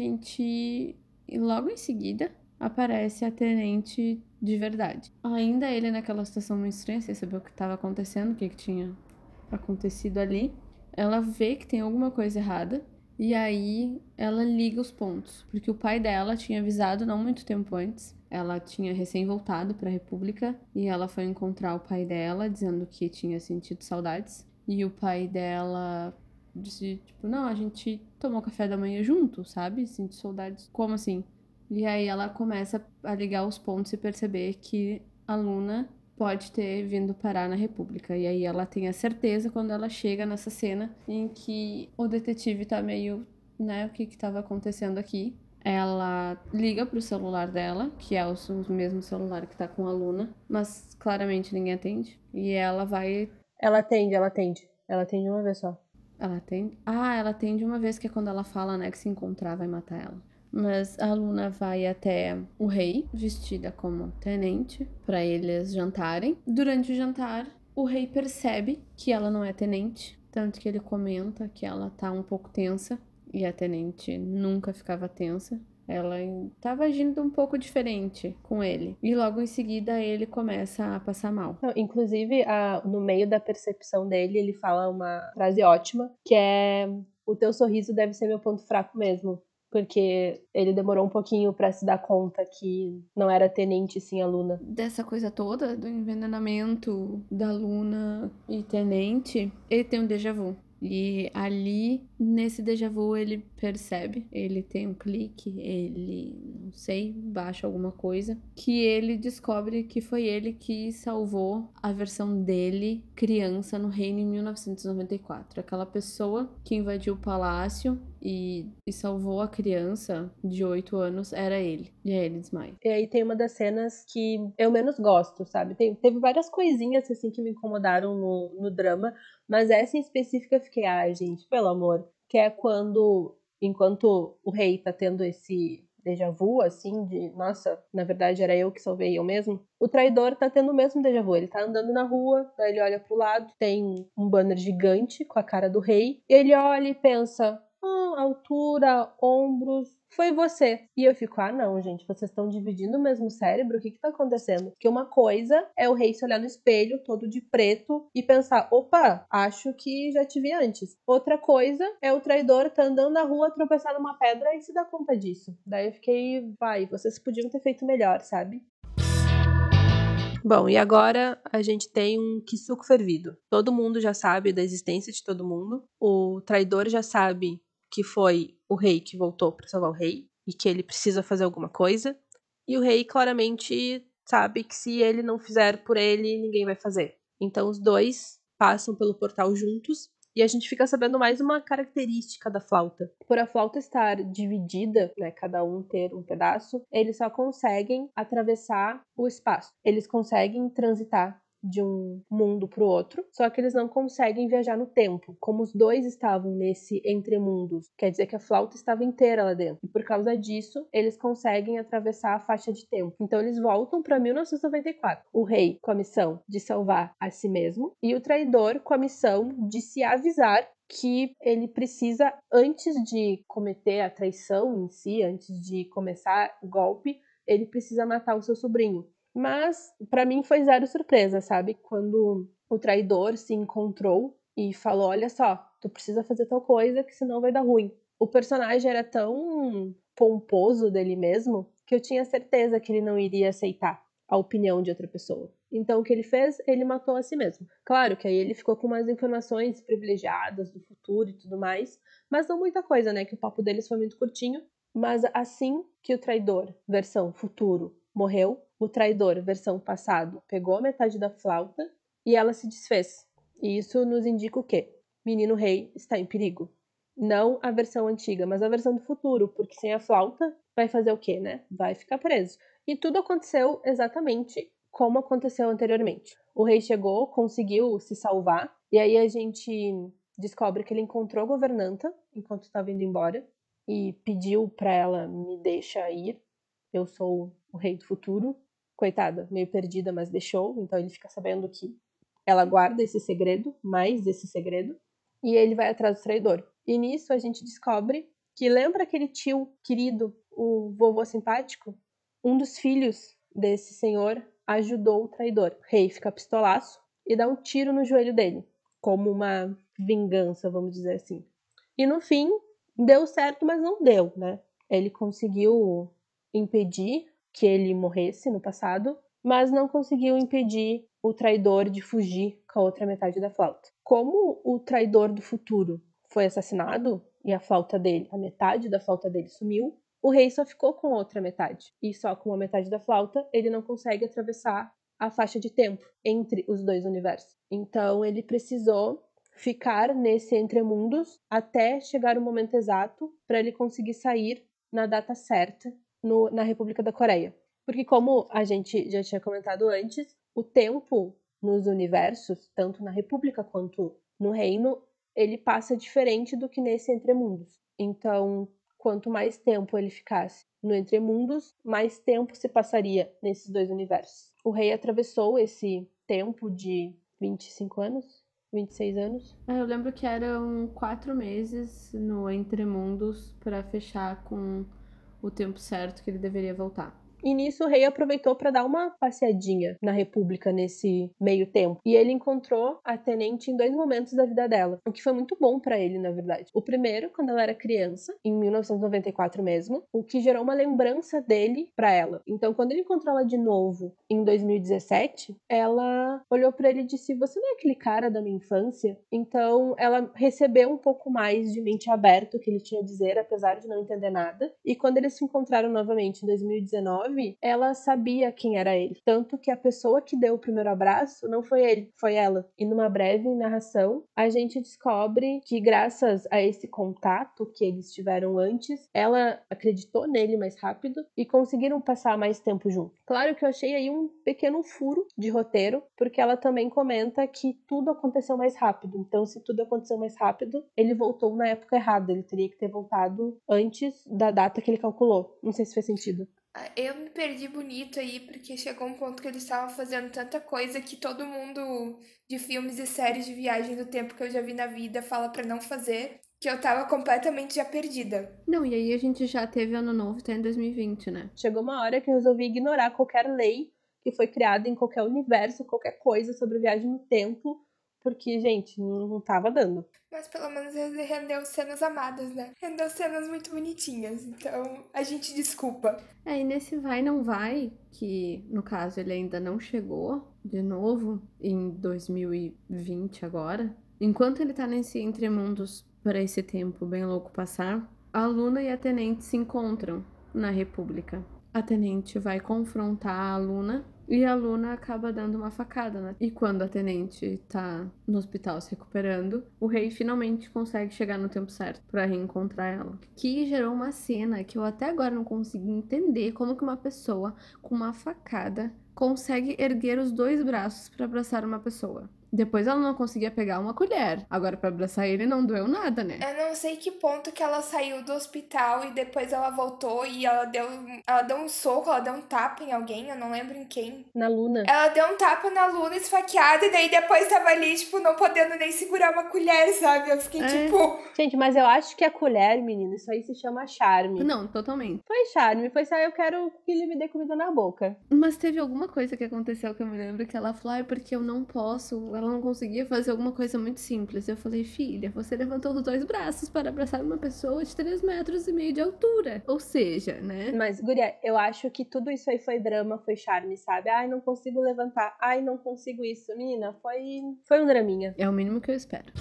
aí logo em seguida, aparece a tenente de verdade. Ainda ele naquela situação muito estranha, sem saber o que estava acontecendo, o que tinha acontecido ali. Ela vê que tem alguma coisa errada e aí ela liga os pontos, porque o pai dela tinha avisado não muito tempo antes. Ela tinha recém voltado para a República e ela foi encontrar o pai dela dizendo que tinha sentido saudades. E o pai dela disse, tipo, não, a gente tomou café da manhã junto, sabe? Sinto saudades. Como assim? E aí ela começa a ligar os pontos e perceber que a Luna pode ter vindo parar na República. E aí ela tem a certeza quando ela chega nessa cena em que o detetive tá meio, né, o que tava acontecendo aqui. Ela liga pro celular dela, que é o mesmo celular que tá com a Luna, mas claramente ninguém atende. E ela vai... Ela atende. Ela atende uma vez só. Ela atende? Ah, ela atende uma vez, que é quando ela fala, né, que se encontrar vai matar ela. Mas a Luna vai até o rei, vestida como tenente, pra eles jantarem. Durante o jantar, o rei percebe que ela não é tenente, tanto que ele comenta que ela tá um pouco tensa, e a tenente nunca ficava tensa. Ela tava agindo um pouco diferente com ele. E logo em seguida ele começa a passar mal. Não, inclusive, no meio da percepção dele, ele fala uma frase ótima, que é: o teu sorriso deve ser meu ponto fraco mesmo. Porque ele demorou um pouquinho pra se dar conta que não era tenente, sim a Luna. Dessa coisa toda, do envenenamento da Luna e Tenente, ele tem um déjà vu. E ali, nesse déjà vu, ele percebe, ele tem um clique, ele, não sei, baixa alguma coisa, que ele descobre que foi ele que salvou a versão dele, criança, no reino em 1994. Aquela pessoa que invadiu o palácio e salvou a criança de 8 anos era ele. E aí ele desmaia. E aí tem uma das cenas que eu menos gosto, sabe? Teve várias coisinhas assim que me incomodaram no drama, mas essa em específica eu fiquei, ai, gente, pelo amor. Que é quando, enquanto o rei tá tendo esse déjà vu, assim, de, nossa, na verdade era eu que salvei eu mesmo, o traidor tá tendo o mesmo déjà vu. Ele tá andando na rua, daí ele olha pro lado, tem um banner gigante com a cara do rei, e ele olha e pensa: altura, ombros, foi você. E eu fico, não, gente, vocês estão dividindo o mesmo cérebro? O que tá acontecendo? Porque uma coisa é o rei se olhar no espelho, todo de preto, e pensar: opa, acho que já te vi antes. Outra coisa é o traidor tá andando na rua, tropeçar numa pedra e se dar conta disso. Daí eu fiquei, vocês podiam ter feito melhor, sabe? Bom, e agora a gente tem um Kisuko fervido. Todo mundo já sabe da existência de todo mundo. O traidor já sabe que foi o rei que voltou para salvar o rei e que ele precisa fazer alguma coisa. E o rei claramente sabe que se ele não fizer por ele, ninguém vai fazer. Então os dois passam pelo portal juntos. E a gente fica sabendo mais uma característica da flauta. Por a flauta estar dividida, né, cada um ter um pedaço, eles só conseguem atravessar o espaço. Eles conseguem transitar de um mundo para o outro, só que eles não conseguem viajar no tempo. Como os dois estavam nesse entremundos, quer dizer que a flauta estava inteira lá dentro. E por causa disso, eles conseguem atravessar a faixa de tempo. Então eles voltam para 1994. O rei com a missão de salvar a si mesmo e o traidor com a missão de se avisar que ele precisa, antes de cometer a traição em si, antes de começar o golpe, ele precisa matar o seu sobrinho. Mas, pra mim, foi zero surpresa, sabe? Quando o traidor se encontrou e falou: olha só, tu precisa fazer tal coisa que senão vai dar ruim. O personagem era tão pomposo dele mesmo que eu tinha certeza que ele não iria aceitar a opinião de outra pessoa. Então, o que ele fez? Ele matou a si mesmo. Claro que aí ele ficou com umas informações privilegiadas do futuro e tudo mais, mas não muita coisa, né? Que o papo deles foi muito curtinho. Mas assim que o traidor, versão futuro, morreu, o traidor, versão passado, pegou a metade da flauta e ela se desfez. E isso nos indica o quê? Menino rei está em perigo. Não a versão antiga, mas a versão do futuro, porque sem a flauta vai fazer o quê, né? Vai ficar preso. E tudo aconteceu exatamente como aconteceu anteriormente. O rei chegou, conseguiu se salvar, e aí a gente descobre que ele encontrou a governanta enquanto estava indo embora e pediu para ela: me deixa ir, eu sou o rei do futuro. Coitada, meio perdida, mas deixou. Então ele fica sabendo que ela guarda esse segredo, mais esse segredo, e ele vai atrás do traidor. E nisso a gente descobre que, lembra aquele tio querido, o vovô simpático? Um dos filhos desse senhor ajudou o traidor. O rei fica pistolaço e dá um tiro no joelho dele, como uma vingança, vamos dizer assim. E no fim, deu certo, mas não deu, né? Ele conseguiu impedir que ele morresse no passado, mas não conseguiu impedir o traidor de fugir com a outra metade da flauta. Como o traidor do futuro foi assassinado, e a flauta dele, a metade da flauta dele sumiu, o rei só ficou com a outra metade. E só com a metade da flauta ele não consegue atravessar a faixa de tempo entre os dois universos. Então ele precisou ficar nesse entremundos até chegar o momento exato para ele conseguir sair na data certa na República da Coreia. Porque como a gente já tinha comentado antes, o tempo nos universos, tanto na República quanto no Reino, ele passa diferente do que nesse entremundos. Então, quanto mais tempo ele ficasse no entremundos, mais tempo se passaria nesses dois universos. O rei atravessou esse tempo de 25 anos, 26 anos. Eu lembro que eram 4 meses no entremundos para fechar com o tempo certo que ele deveria voltar. E nisso o rei aproveitou para dar uma passeadinha na República nesse meio tempo. E ele encontrou a tenente em 2 momentos da vida dela, o que foi muito bom para ele, na verdade. O primeiro, quando ela era criança, em 1994 mesmo, o que gerou uma lembrança dele para ela. Então, quando ele encontrou ela de novo em 2017, ela olhou para ele e disse: "Você não é aquele cara da minha infância?" Então, ela recebeu um pouco mais de mente aberta o que ele tinha a dizer, apesar de não entender nada. E quando eles se encontraram novamente em 2019, ela sabia quem era ele. Tanto que a pessoa que deu o primeiro abraço não foi ele, foi ela. E numa breve narração, a gente descobre que graças a esse contato que eles tiveram antes, ela acreditou nele mais rápido e conseguiram passar mais tempo junto. Claro que eu achei aí um pequeno furo de roteiro, porque ela também comenta que tudo aconteceu mais rápido. Então, se tudo aconteceu mais rápido, ele voltou na época errada. Ele teria que ter voltado antes da data que ele calculou. Não sei se fez sentido. Eu me perdi bonito aí, porque chegou um ponto que eles estavam fazendo tanta coisa que todo mundo de filmes e séries de viagem do tempo que eu já vi na vida fala pra não fazer, que eu tava completamente já perdida. Não, e aí a gente já teve Ano Novo até em 2020, né? Chegou uma hora que eu resolvi ignorar qualquer lei que foi criada em qualquer universo, qualquer coisa sobre viagem no tempo, porque, gente, não tava dando. Mas pelo menos ele rendeu cenas amadas, né? Rendeu cenas muito bonitinhas, então a gente desculpa. E nesse vai não vai, que no caso ele ainda não chegou de novo em 2020 agora, enquanto ele tá nesse entremundos para esse tempo bem louco passar, a Luna e a Tenente se encontram na República. A Tenente vai confrontar a Luna e a Luna acaba dando uma facada, né? E quando a Tenente tá no hospital se recuperando, o rei finalmente consegue chegar no tempo certo pra reencontrar ela. Que gerou uma cena que eu até agora não consegui entender como que uma pessoa com uma facada consegue erguer os 2 braços pra abraçar uma pessoa. Depois ela não conseguia pegar uma colher. Agora, pra abraçar ele, não doeu nada, né? Eu não sei que ponto que ela saiu do hospital e depois ela voltou e ela deu um soco, ela deu um tapa em alguém, eu não lembro em quem. Na Luna. Ela deu um tapa na Luna esfaqueada e daí depois tava ali, tipo, não podendo nem segurar uma colher, sabe? Eu fiquei tipo... Gente, mas eu acho que a colher, menina, isso aí se chama charme. Não, totalmente. Foi charme, foi só eu quero que ele me dê comida na boca. Mas teve alguma coisa que aconteceu que eu me lembro que ela falou, porque eu não posso, ela não conseguia fazer alguma coisa muito simples. Eu falei, filha, você levantou os 2 braços para abraçar uma pessoa de 3,5 metros de altura. Ou seja, né? Mas, guria, eu acho que tudo isso aí foi drama, foi charme, sabe? Ai, não consigo levantar. Ai, não consigo isso. Menina, foi um draminha. É o mínimo que eu espero.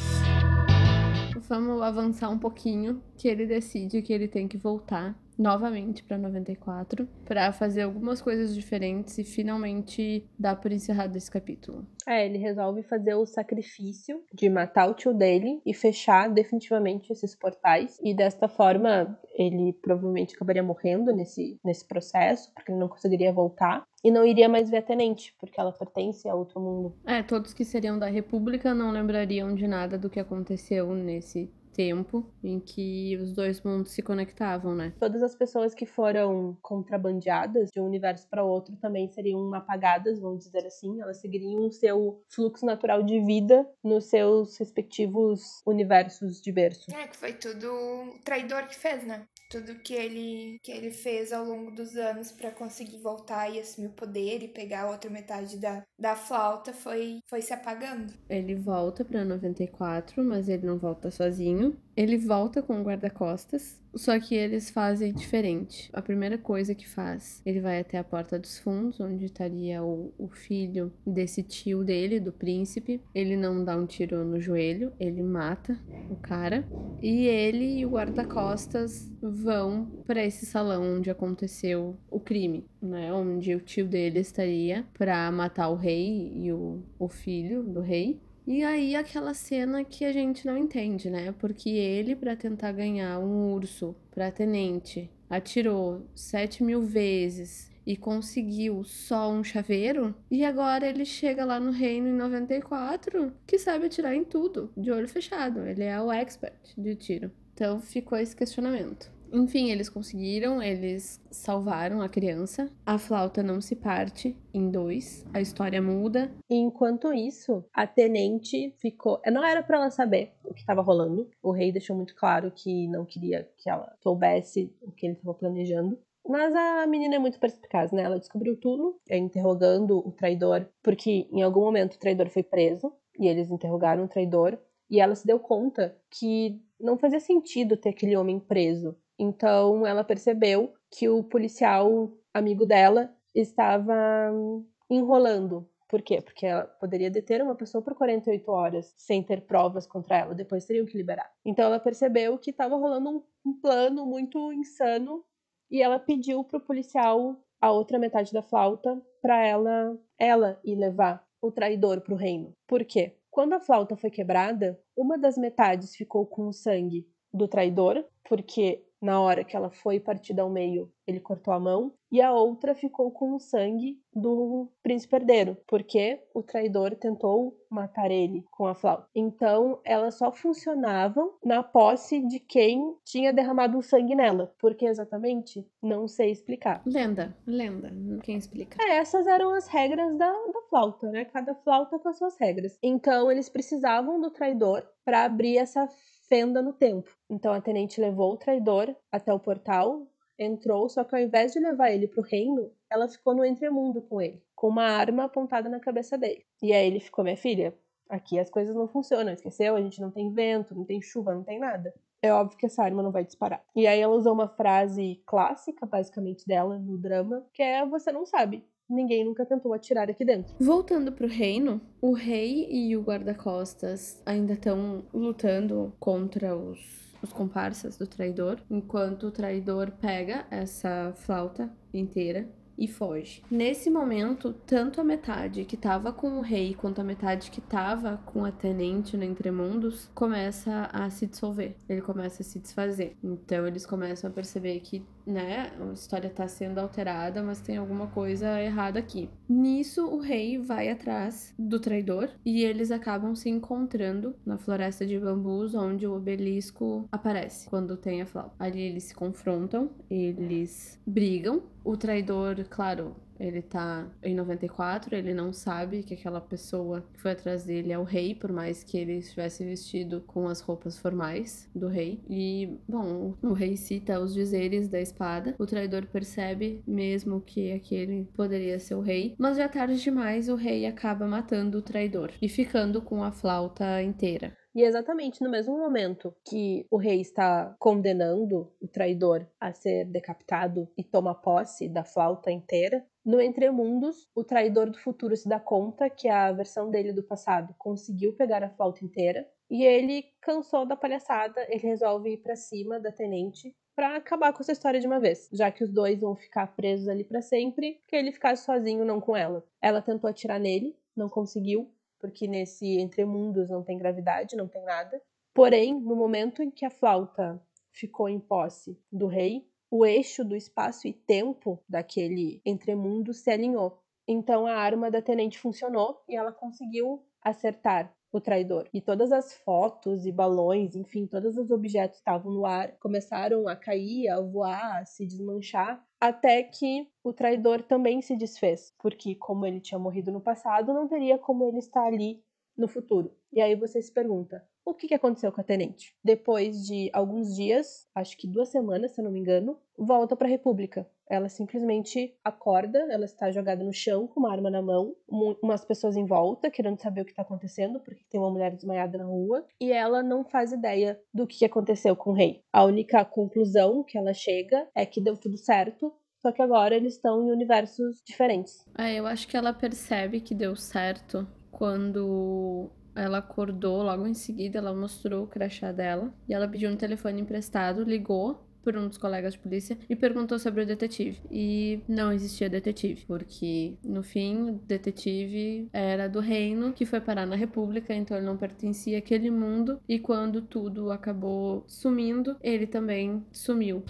Vamos avançar um pouquinho, que ele decide que ele tem que voltar novamente para 94 para fazer algumas coisas diferentes e finalmente dar por encerrado esse capítulo. Ele resolve fazer o sacrifício de matar o tio dele e fechar definitivamente esses portais. E desta forma, ele provavelmente acabaria morrendo nesse processo, porque ele não conseguiria voltar. E não iria mais ver a Tenente, porque ela pertence a outro mundo. Todos que seriam da República não lembrariam de nada do que aconteceu nesse tempo em que os 2 mundos se conectavam, né? Todas as pessoas que foram contrabandeadas de um universo para outro também seriam apagadas, vamos dizer assim. Elas seguiriam o seu fluxo natural de vida nos seus respectivos universos de berço. Que foi tudo o traidor que fez, né? Tudo que ele fez ao longo dos anos pra conseguir voltar e assumir o poder e pegar a outra metade da flauta foi se apagando. Ele volta pra 94, mas ele não volta sozinho. reino. Ele volta com o guarda-costas, só que eles fazem diferente. A primeira coisa que faz, ele vai até a porta dos fundos, onde estaria o filho desse tio dele, do príncipe. Ele não dá um tiro no joelho, ele mata o cara. E ele e o guarda-costas vão para esse salão onde aconteceu o crime, né? Onde o tio dele estaria para matar o rei e o filho do rei. E aí aquela cena que a gente não entende, né? Porque ele, pra tentar ganhar um urso pra tenente, atirou 7.000 vezes e conseguiu só um chaveiro. E agora ele chega lá no reino em 94, que sabe atirar em tudo, de olho fechado. Ele é o expert de tiro. Então ficou esse questionamento. Enfim, eles conseguiram, eles salvaram a criança. A flauta não se parte em 2, a história muda. E enquanto isso, a tenente ficou. Não era pra ela saber o que estava rolando. O rei deixou muito claro que não queria que ela soubesse o que ele estava planejando. Mas a menina é muito perspicaz, né? Ela descobriu tudo, interrogando o traidor, porque em algum momento o traidor foi preso e eles interrogaram o traidor. E ela se deu conta que não fazia sentido ter aquele homem preso. Então ela percebeu que o policial amigo dela estava enrolando. Por quê? Porque ela poderia deter uma pessoa por 48 horas sem ter provas contra ela, depois teriam que liberar. Então ela percebeu que estava rolando um plano muito insano e ela pediu pro policial a outra metade da flauta para ela ir levar o traidor pro reino. Por quê? Quando a flauta foi quebrada, uma das metades ficou com o sangue do traidor, porque na hora que ela foi partida ao meio, ele cortou a mão, e a outra ficou com o sangue do príncipe herdeiro, porque o traidor tentou matar ele com a flauta. Então, elas só funcionavam na posse de quem tinha derramado o sangue nela. Por que exatamente? Não sei explicar. Lenda. Quem explica? Essas eram as regras da flauta, né? Cada flauta com as suas regras. Então, eles precisavam do traidor para abrir essa fenda no tempo. Então a tenente levou o traidor até o portal, entrou, só que ao invés de levar ele pro reino, ela ficou no entremundo com ele, com uma arma apontada na cabeça dele. E aí ele ficou: minha filha, aqui as coisas não funcionam, esqueceu? A gente não tem vento, não tem chuva, não tem nada. É óbvio que essa arma não vai disparar. E aí ela usou uma frase clássica, basicamente, dela no drama, que é: você não sabe. Ninguém nunca tentou atirar aqui dentro. Voltando pro reino, o rei e o guarda-costas ainda estão lutando contra os comparsas do traidor, enquanto o traidor pega essa flauta inteira e foge. Nesse momento, tanto a metade que tava com o rei quanto a metade que tava com a tenente no Entremundos começa a se dissolver. Ele começa a se desfazer. Então eles começam a perceber que, né, a história tá sendo alterada, mas tem alguma coisa errada aqui. Nisso, o rei vai atrás do traidor e eles acabam se encontrando na floresta de bambus, onde o obelisco aparece quando tem a flauta. Ali eles se confrontam, eles brigam. O traidor, claro, ele tá em 94, ele não sabe que aquela pessoa que foi atrás dele é o rei, por mais que ele estivesse vestido com as roupas formais do rei. E, bom, o rei cita os dizeres da espada. O traidor percebe mesmo que aquele poderia ser o rei, mas já tarde demais o rei acaba matando o traidor e ficando com a flauta inteira. E exatamente no mesmo momento que o rei está condenando o traidor a ser decapitado e toma posse da flauta inteira, no Entremundos, o traidor do futuro se dá conta que a versão dele do passado conseguiu pegar a flauta inteira e ele cansou da palhaçada, ele resolve ir pra cima da tenente pra acabar com essa história de uma vez, já que os dois vão ficar presos ali pra sempre, que ele ficasse sozinho, não com ela. Ela tentou atirar nele, não conseguiu, porque nesse Entremundos não tem gravidade, não tem nada. Porém, no momento em que a flauta ficou em posse do rei, o eixo do espaço e tempo daquele Entremundo se alinhou. Então a arma da tenente funcionou e ela conseguiu acertar o traidor. E todas as fotos e balões, enfim, todos os objetos que estavam no ar começaram a cair, a voar, a se desmanchar, até que o traidor também se desfez, porque como ele tinha morrido no passado, não teria como ele estar ali no futuro. E aí você se pergunta, O que aconteceu com a tenente? Depois de alguns dias, acho que 2 semanas, se eu não me engano, volta pra República. Ela simplesmente acorda, ela está jogada no chão com uma arma na mão, umas pessoas em volta querendo saber o que está acontecendo, porque tem uma mulher desmaiada na rua, e ela não faz ideia do que aconteceu com o rei. A única conclusão que ela chega é que deu tudo certo, só que agora eles estão em universos diferentes. Eu acho que ela percebe que deu certo quando ela acordou, logo em seguida ela mostrou o crachá dela e ela pediu um telefone emprestado, ligou por um dos colegas de polícia e perguntou sobre o detetive. E não existia detetive, porque no fim o detetive era do reino que foi parar na República, então ele não pertencia àquele mundo, e quando tudo acabou sumindo, ele também sumiu.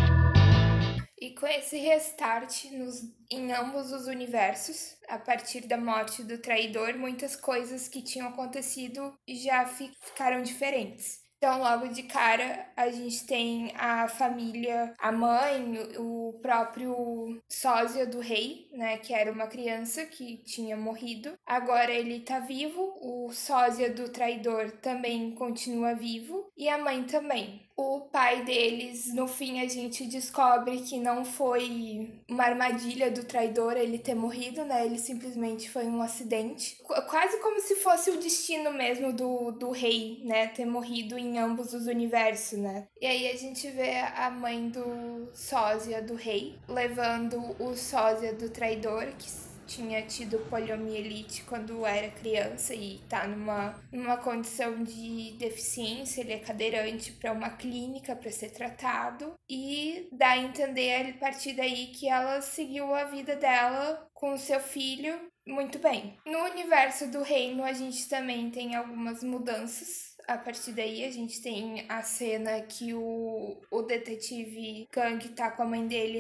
E com esse restart em ambos os universos, a partir da morte do traidor, muitas coisas que tinham acontecido já ficaram diferentes. Então, logo de cara, a gente tem a família, a mãe, o próprio sósia do rei, né, que era uma criança que tinha morrido. Agora ele tá vivo, o sósia do traidor também continua vivo e a mãe também. O pai deles, no fim, a gente descobre que não foi uma armadilha do traidor ele ter morrido, né? Ele simplesmente foi um acidente. Quase como se fosse o destino mesmo do rei, né? Ter morrido em ambos os universos, né? E aí a gente vê a mãe do sósia do rei levando o sósia do traidor, que tinha tido poliomielite quando era criança e tá numa condição de deficiência, ele é cadeirante, para uma clínica para ser tratado, e dá a entender a partir daí que ela seguiu a vida dela com o seu filho muito bem. No universo do reino a gente também tem algumas mudanças. A partir daí a gente tem a cena que o detetive Kang tá com a mãe dele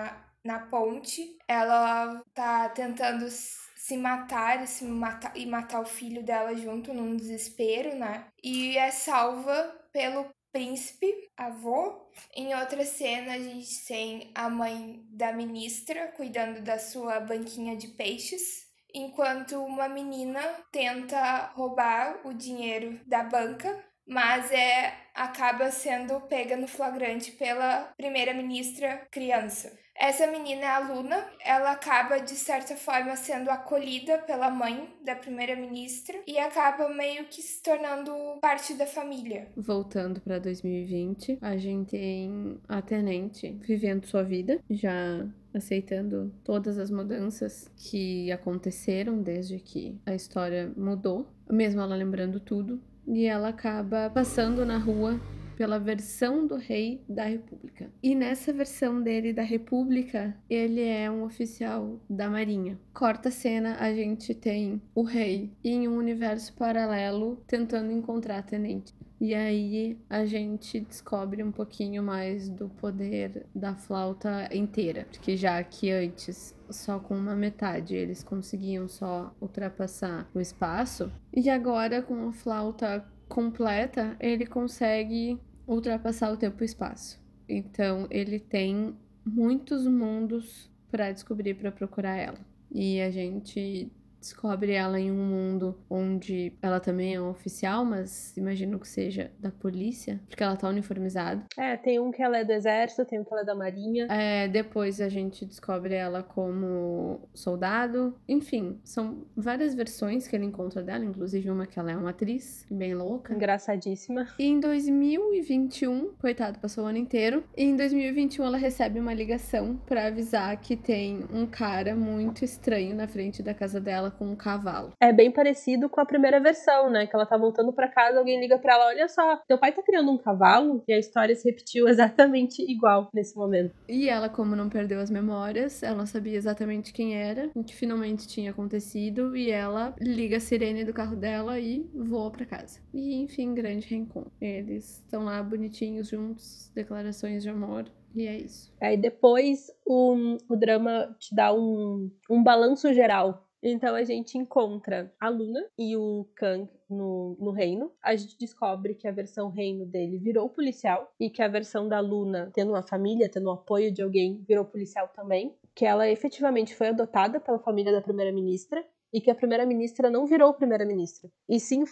na ponte. Ela tá tentando se matar e matar o filho dela junto num desespero, né? E é salva pelo príncipe, avô. Em outra cena, a gente tem a mãe da ministra cuidando da sua banquinha de peixes, enquanto uma menina tenta roubar o dinheiro da banca, mas acaba sendo pega no flagrante pela primeira-ministra criança. Essa menina é a Luna, ela acaba de certa forma sendo acolhida pela mãe da primeira-ministra e acaba meio que se tornando parte da família. Voltando para 2020, a gente tem a tenente vivendo sua vida, já aceitando todas as mudanças que aconteceram desde que a história mudou, mesmo ela lembrando tudo, e ela acaba passando na rua pela versão do rei da República. E nessa versão dele da República, ele é um oficial da Marinha. Corta a cena, a gente tem o rei em um universo paralelo tentando encontrar a tenente. E aí a gente descobre um pouquinho mais do poder da flauta inteira. Porque já que antes, só com uma metade, eles conseguiam só ultrapassar o espaço, e agora com a flauta completa, ele consegue ultrapassar o tempo e o espaço. Então ele tem muitos mundos para descobrir, para procurar ela. E a gente descobre ela em um mundo onde ela também é um oficial, mas imagino que seja da polícia, porque ela tá uniformizada. Tem um que ela é do exército, tem um que ela é da marinha. Depois a gente descobre ela como soldado. Enfim, são várias versões que ele encontra dela, inclusive uma que ela é uma atriz, bem louca. Engraçadíssima. E em 2021, coitado, passou o ano inteiro, e em 2021 ela recebe uma ligação pra avisar que tem um cara muito estranho na frente da casa dela com um cavalo. É bem parecido com a primeira versão, né? Que ela tá voltando pra casa, alguém liga pra ela, olha só, teu pai tá criando um cavalo? E a história se repetiu exatamente igual nesse momento. E ela, como não perdeu as memórias, ela sabia exatamente quem era, o que finalmente tinha acontecido, e ela liga a sirene do carro dela e voa pra casa. E, enfim, grande reencontro. Eles estão lá bonitinhos juntos, declarações de amor. E é isso. Aí depois o drama te dá um balanço geral. Então a gente encontra a Luna e o Kang no reino. A gente descobre que a versão reino dele virou policial e que a versão da Luna, tendo uma família, tendo o apoio de alguém, virou policial também. Que ela efetivamente foi adotada pela família da primeira-ministra e que a primeira-ministra não virou primeira-ministra. E sim foi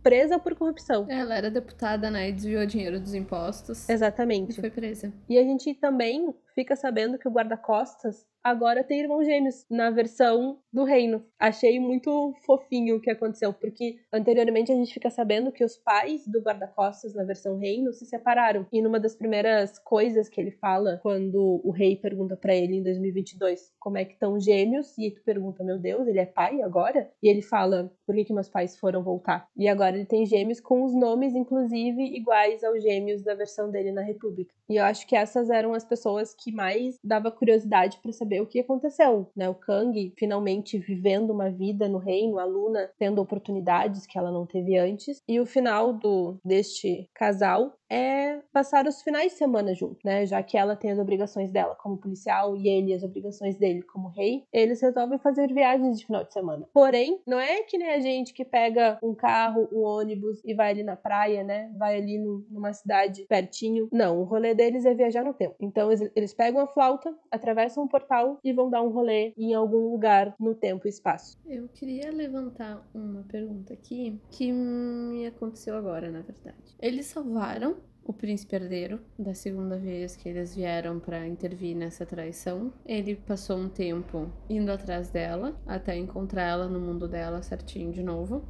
presa por corrupção. Ela era deputada, né, e desviou dinheiro dos impostos. E Exatamente. foi presa. E a gente também fica sabendo que o guarda-costas agora tem irmãos gêmeos na versão do reino. Achei muito fofinho o que aconteceu, porque anteriormente a gente fica sabendo que os pais do guarda-costas na versão reino se separaram. E numa das primeiras coisas que ele fala, quando o rei pergunta pra ele em 2022 como é que estão os gêmeos, e tu pergunta, meu Deus, ele é pai agora? E ele fala, por que meus pais foram voltar? E agora ele tem gêmeos com os nomes, inclusive, iguais aos gêmeos da versão dele na República. E eu acho que essas eram as pessoas que mais dava curiosidade pra saber o que aconteceu, né? O Kang finalmente vivendo uma vida no reino, a Luna tendo oportunidades que ela não teve antes, e o final deste casal é passar os finais de semana junto, né? Já que ela tem as obrigações dela como policial e ele as obrigações dele como rei, eles resolvem fazer viagens de final de semana. Porém, não é que nem a gente que pega um carro, um ônibus e vai ali na praia, né? Vai ali numa cidade pertinho. Não, o rolê deles é viajar no tempo. Então eles pegam a flauta, atravessam um portal e vão dar um rolê em algum lugar no tempo e espaço. Eu queria levantar uma pergunta aqui que me aconteceu agora, na verdade. Eles salvaram o príncipe herdeiro da segunda vez que eles vieram pra intervir nessa traição. Ele passou um tempo indo atrás dela até encontrar ela no mundo dela certinho de novo.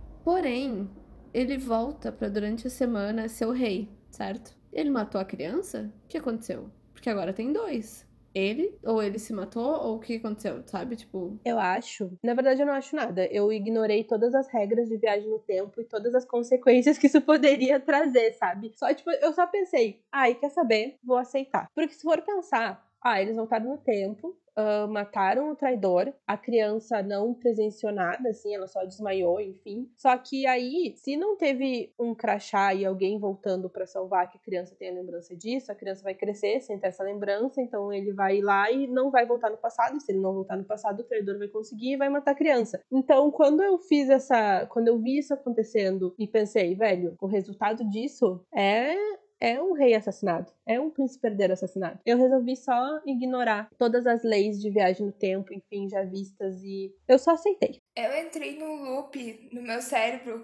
Porém, ele volta pra durante a semana ser o rei, certo? Ele matou a criança? O que aconteceu? Porque agora tem 2. Ele, ou ele se matou, ou o que aconteceu, sabe? Tipo, Eu acho. Na verdade, eu não acho nada. Eu ignorei todas as regras de viagem no tempo e todas as consequências que isso poderia trazer, sabe? Eu só pensei, ai, quer saber? Vou aceitar. Porque se for pensar, eles voltaram no tempo, mataram o traidor, a criança não presenciou nada, assim, ela só desmaiou, enfim. Só que aí, se não teve um crachá e alguém voltando pra salvar que a criança tenha lembrança disso, a criança vai crescer sem ter essa lembrança, então ele vai ir lá e não vai voltar no passado, e se ele não voltar no passado, o traidor vai conseguir e vai matar a criança. Então, quando eu vi isso acontecendo e pensei, velho, o resultado disso é um rei assassinado. É um príncipe herdeiro assassinado. Eu resolvi só ignorar todas as leis de viagem no tempo, enfim, já vistas, e eu só aceitei. Eu entrei num loop no meu cérebro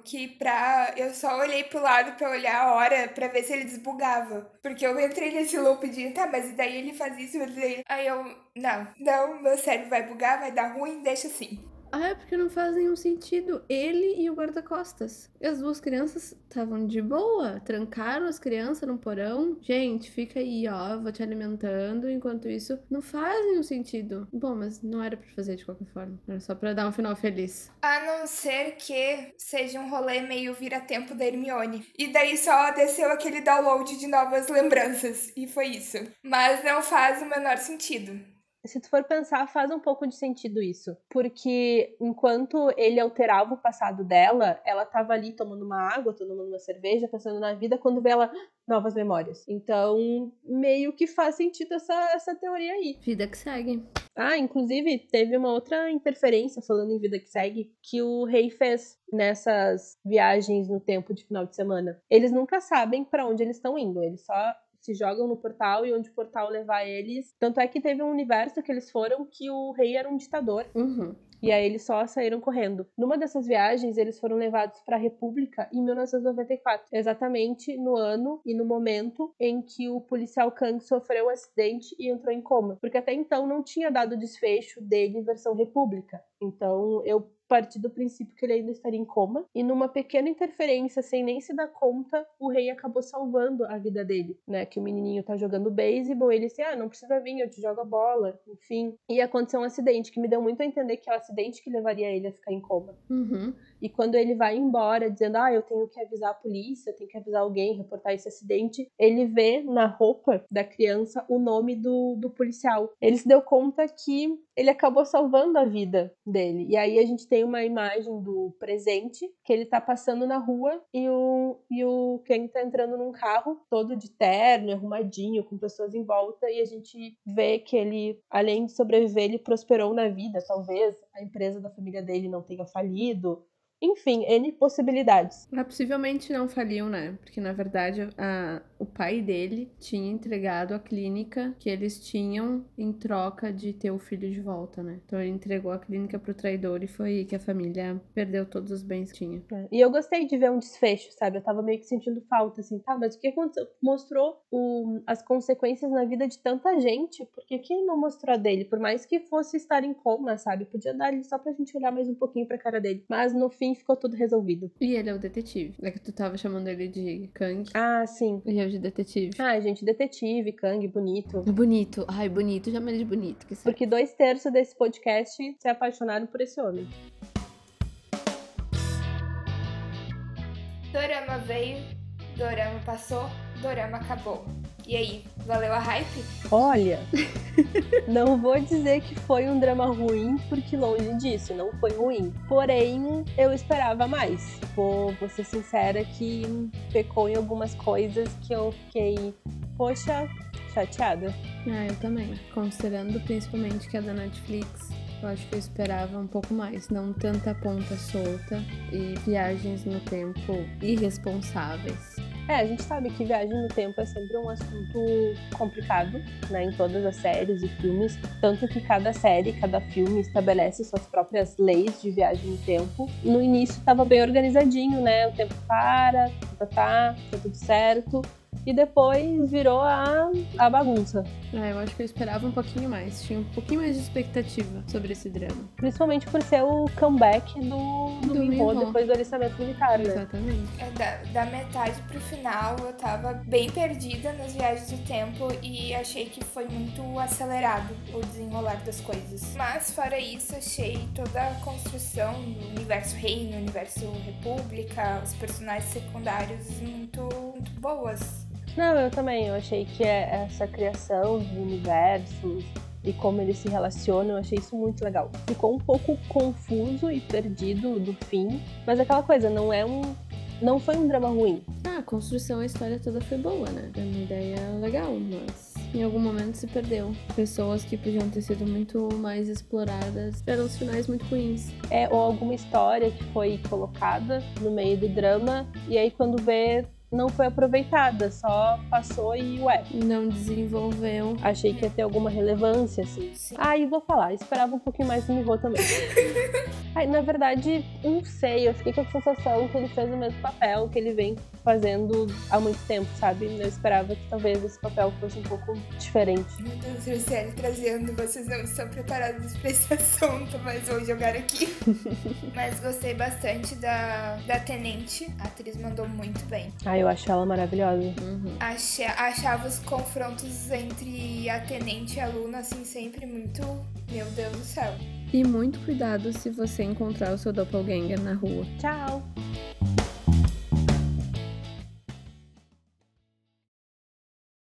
eu só olhei pro lado pra olhar a hora pra ver se ele desbugava. Porque eu entrei nesse loop de, tá, mas e daí ele faz isso, mas daí... Aí eu, não, meu cérebro vai bugar, vai dar ruim, deixa assim. é porque não faz nenhum sentido. Ele e o guarda-costas. E as 2 crianças estavam de boa. Trancaram as crianças no porão. Gente, fica aí, ó. Vou te alimentando. Enquanto isso, não faz nenhum sentido. Bom, mas não era pra fazer de qualquer forma. Era só pra dar um final feliz. A não ser que seja um rolê meio vira-tempo da Hermione. E daí só desceu aquele download de novas lembranças. E foi isso. Mas não faz o menor sentido. Se tu for pensar, faz um pouco de sentido isso. Porque enquanto ele alterava o passado dela, ela tava ali tomando uma água, tomando uma cerveja, pensando na vida, quando vê ela novas memórias. Então, meio que faz sentido essa teoria aí. Vida que segue. Inclusive, teve uma outra interferência, falando em vida que segue, que o rei fez nessas viagens no tempo de final de semana. Eles nunca sabem pra onde eles estão indo, eles só se jogam no portal e onde o portal levar eles. Tanto é que teve um universo que eles foram que o rei era um ditador. Uhum. E aí eles só saíram correndo. Numa dessas viagens, eles foram levados para a República em 1994, exatamente no ano e no momento em que o policial Kang sofreu um acidente e entrou em coma, porque até então não tinha dado o desfecho dele em versão República. Então eu parti do princípio que ele ainda estaria em coma, e numa pequena interferência, sem nem se dar conta, o rei acabou salvando a vida dele, né? Que o menininho tá jogando beisebol, ele disse, não precisa vir, eu te jogo a bola, enfim. E aconteceu um acidente, que me deu muito a entender que é o acidente que levaria ele a ficar em coma. Uhum. E quando ele vai embora, dizendo, eu tenho que avisar a polícia, eu tenho que avisar alguém, reportar esse acidente, ele vê na roupa da criança o nome do policial. Ele se deu conta que ele acabou salvando a vida dele. E aí a gente tem uma imagem do presente, que ele tá passando na rua e o Kang tá entrando num carro todo de terno, arrumadinho, com pessoas em volta, e a gente vê que ele, além de sobreviver, ele prosperou na vida. Talvez a empresa da família dele não tenha falido. Enfim, N possibilidades. Possivelmente não faliu, né? Porque, na verdade, o pai dele tinha entregado a clínica que eles tinham em troca de ter o filho de volta, né? Então ele entregou a clínica pro traidor e foi aí que a família perdeu todos os bens que tinha. E eu gostei de ver um desfecho, sabe? Eu tava meio que sentindo falta, assim, tá? Mas o que aconteceu? Mostrou as consequências na vida de tanta gente, por que não mostrou a dele? Por mais que fosse estar em coma, sabe? Podia dar ele só pra gente olhar mais um pouquinho pra cara dele. Mas no fim ficou tudo resolvido. E ele é o detetive. É que tu tava chamando ele de Kang. Ah, sim. Ele é o de detetive. Ah, gente, detetive, Kang, bonito. Bonito. Ai, bonito. Chama ele de bonito. Que Porque 2/3 desse podcast se apaixonaram por esse homem. Dorama veio, Dorama passou, Dorama acabou. E aí, valeu a hype? Olha, não vou dizer que foi um drama ruim, porque longe disso, não foi ruim. Porém, eu esperava mais. Vou ser sincera que pecou em algumas coisas que eu fiquei, poxa, chateada. Ah, eu também. Considerando principalmente que é da Netflix, eu acho que eu esperava um pouco mais. Não tanta ponta solta e viagens no tempo irresponsáveis. A gente sabe que viagem no tempo é sempre um assunto complicado, né, em todas as séries e filmes, tanto que cada série, cada filme estabelece suas próprias leis de viagem no tempo. No início estava bem organizadinho, né, o tempo para, tá tudo certo, e depois virou a bagunça. Eu acho que eu esperava um pouquinho mais, tinha um pouquinho mais de expectativa sobre esse drama. Principalmente por ser o comeback do Minho depois do alistamento militar, né? Exatamente. Da metade pro final, eu tava bem perdida nas viagens do tempo e achei que foi muito acelerado o desenrolar das coisas. Mas, fora isso, achei toda a construção do universo Reino, universo República, os personagens secundários muito boas. Não, eu também. Eu achei que essa criação dos universos e como eles se relacionam, eu achei isso muito legal. Ficou um pouco confuso e perdido do fim, mas aquela coisa, não foi um drama ruim. A construção, a história toda foi boa, né? É uma ideia legal, mas em algum momento se perdeu. Pessoas que podiam ter sido muito mais exploradas tiveram os finais muito ruins. Ou alguma história que foi colocada no meio do drama, e aí quando vê, não foi aproveitada, só passou e não desenvolveu. Achei que ia ter alguma relevância, assim. Sim. E vou falar, esperava um pouquinho mais do Miho também. Na verdade, não sei, eu fiquei com a sensação que ele fez o mesmo papel que ele vem fazendo há muito tempo, sabe? Eu esperava que talvez esse papel fosse um pouco diferente. Meu Deus, Marcele, trazendo, vocês não estão preparados pra esse assunto, mas vou jogar aqui. Mas gostei bastante da Tenente, a atriz mandou muito bem. Eu acho ela maravilhosa. Achava os confrontos entre a Tenente e a Luna, assim, sempre muito... Meu Deus do céu. E muito cuidado se você encontrar o seu doppelganger na rua. Tchau!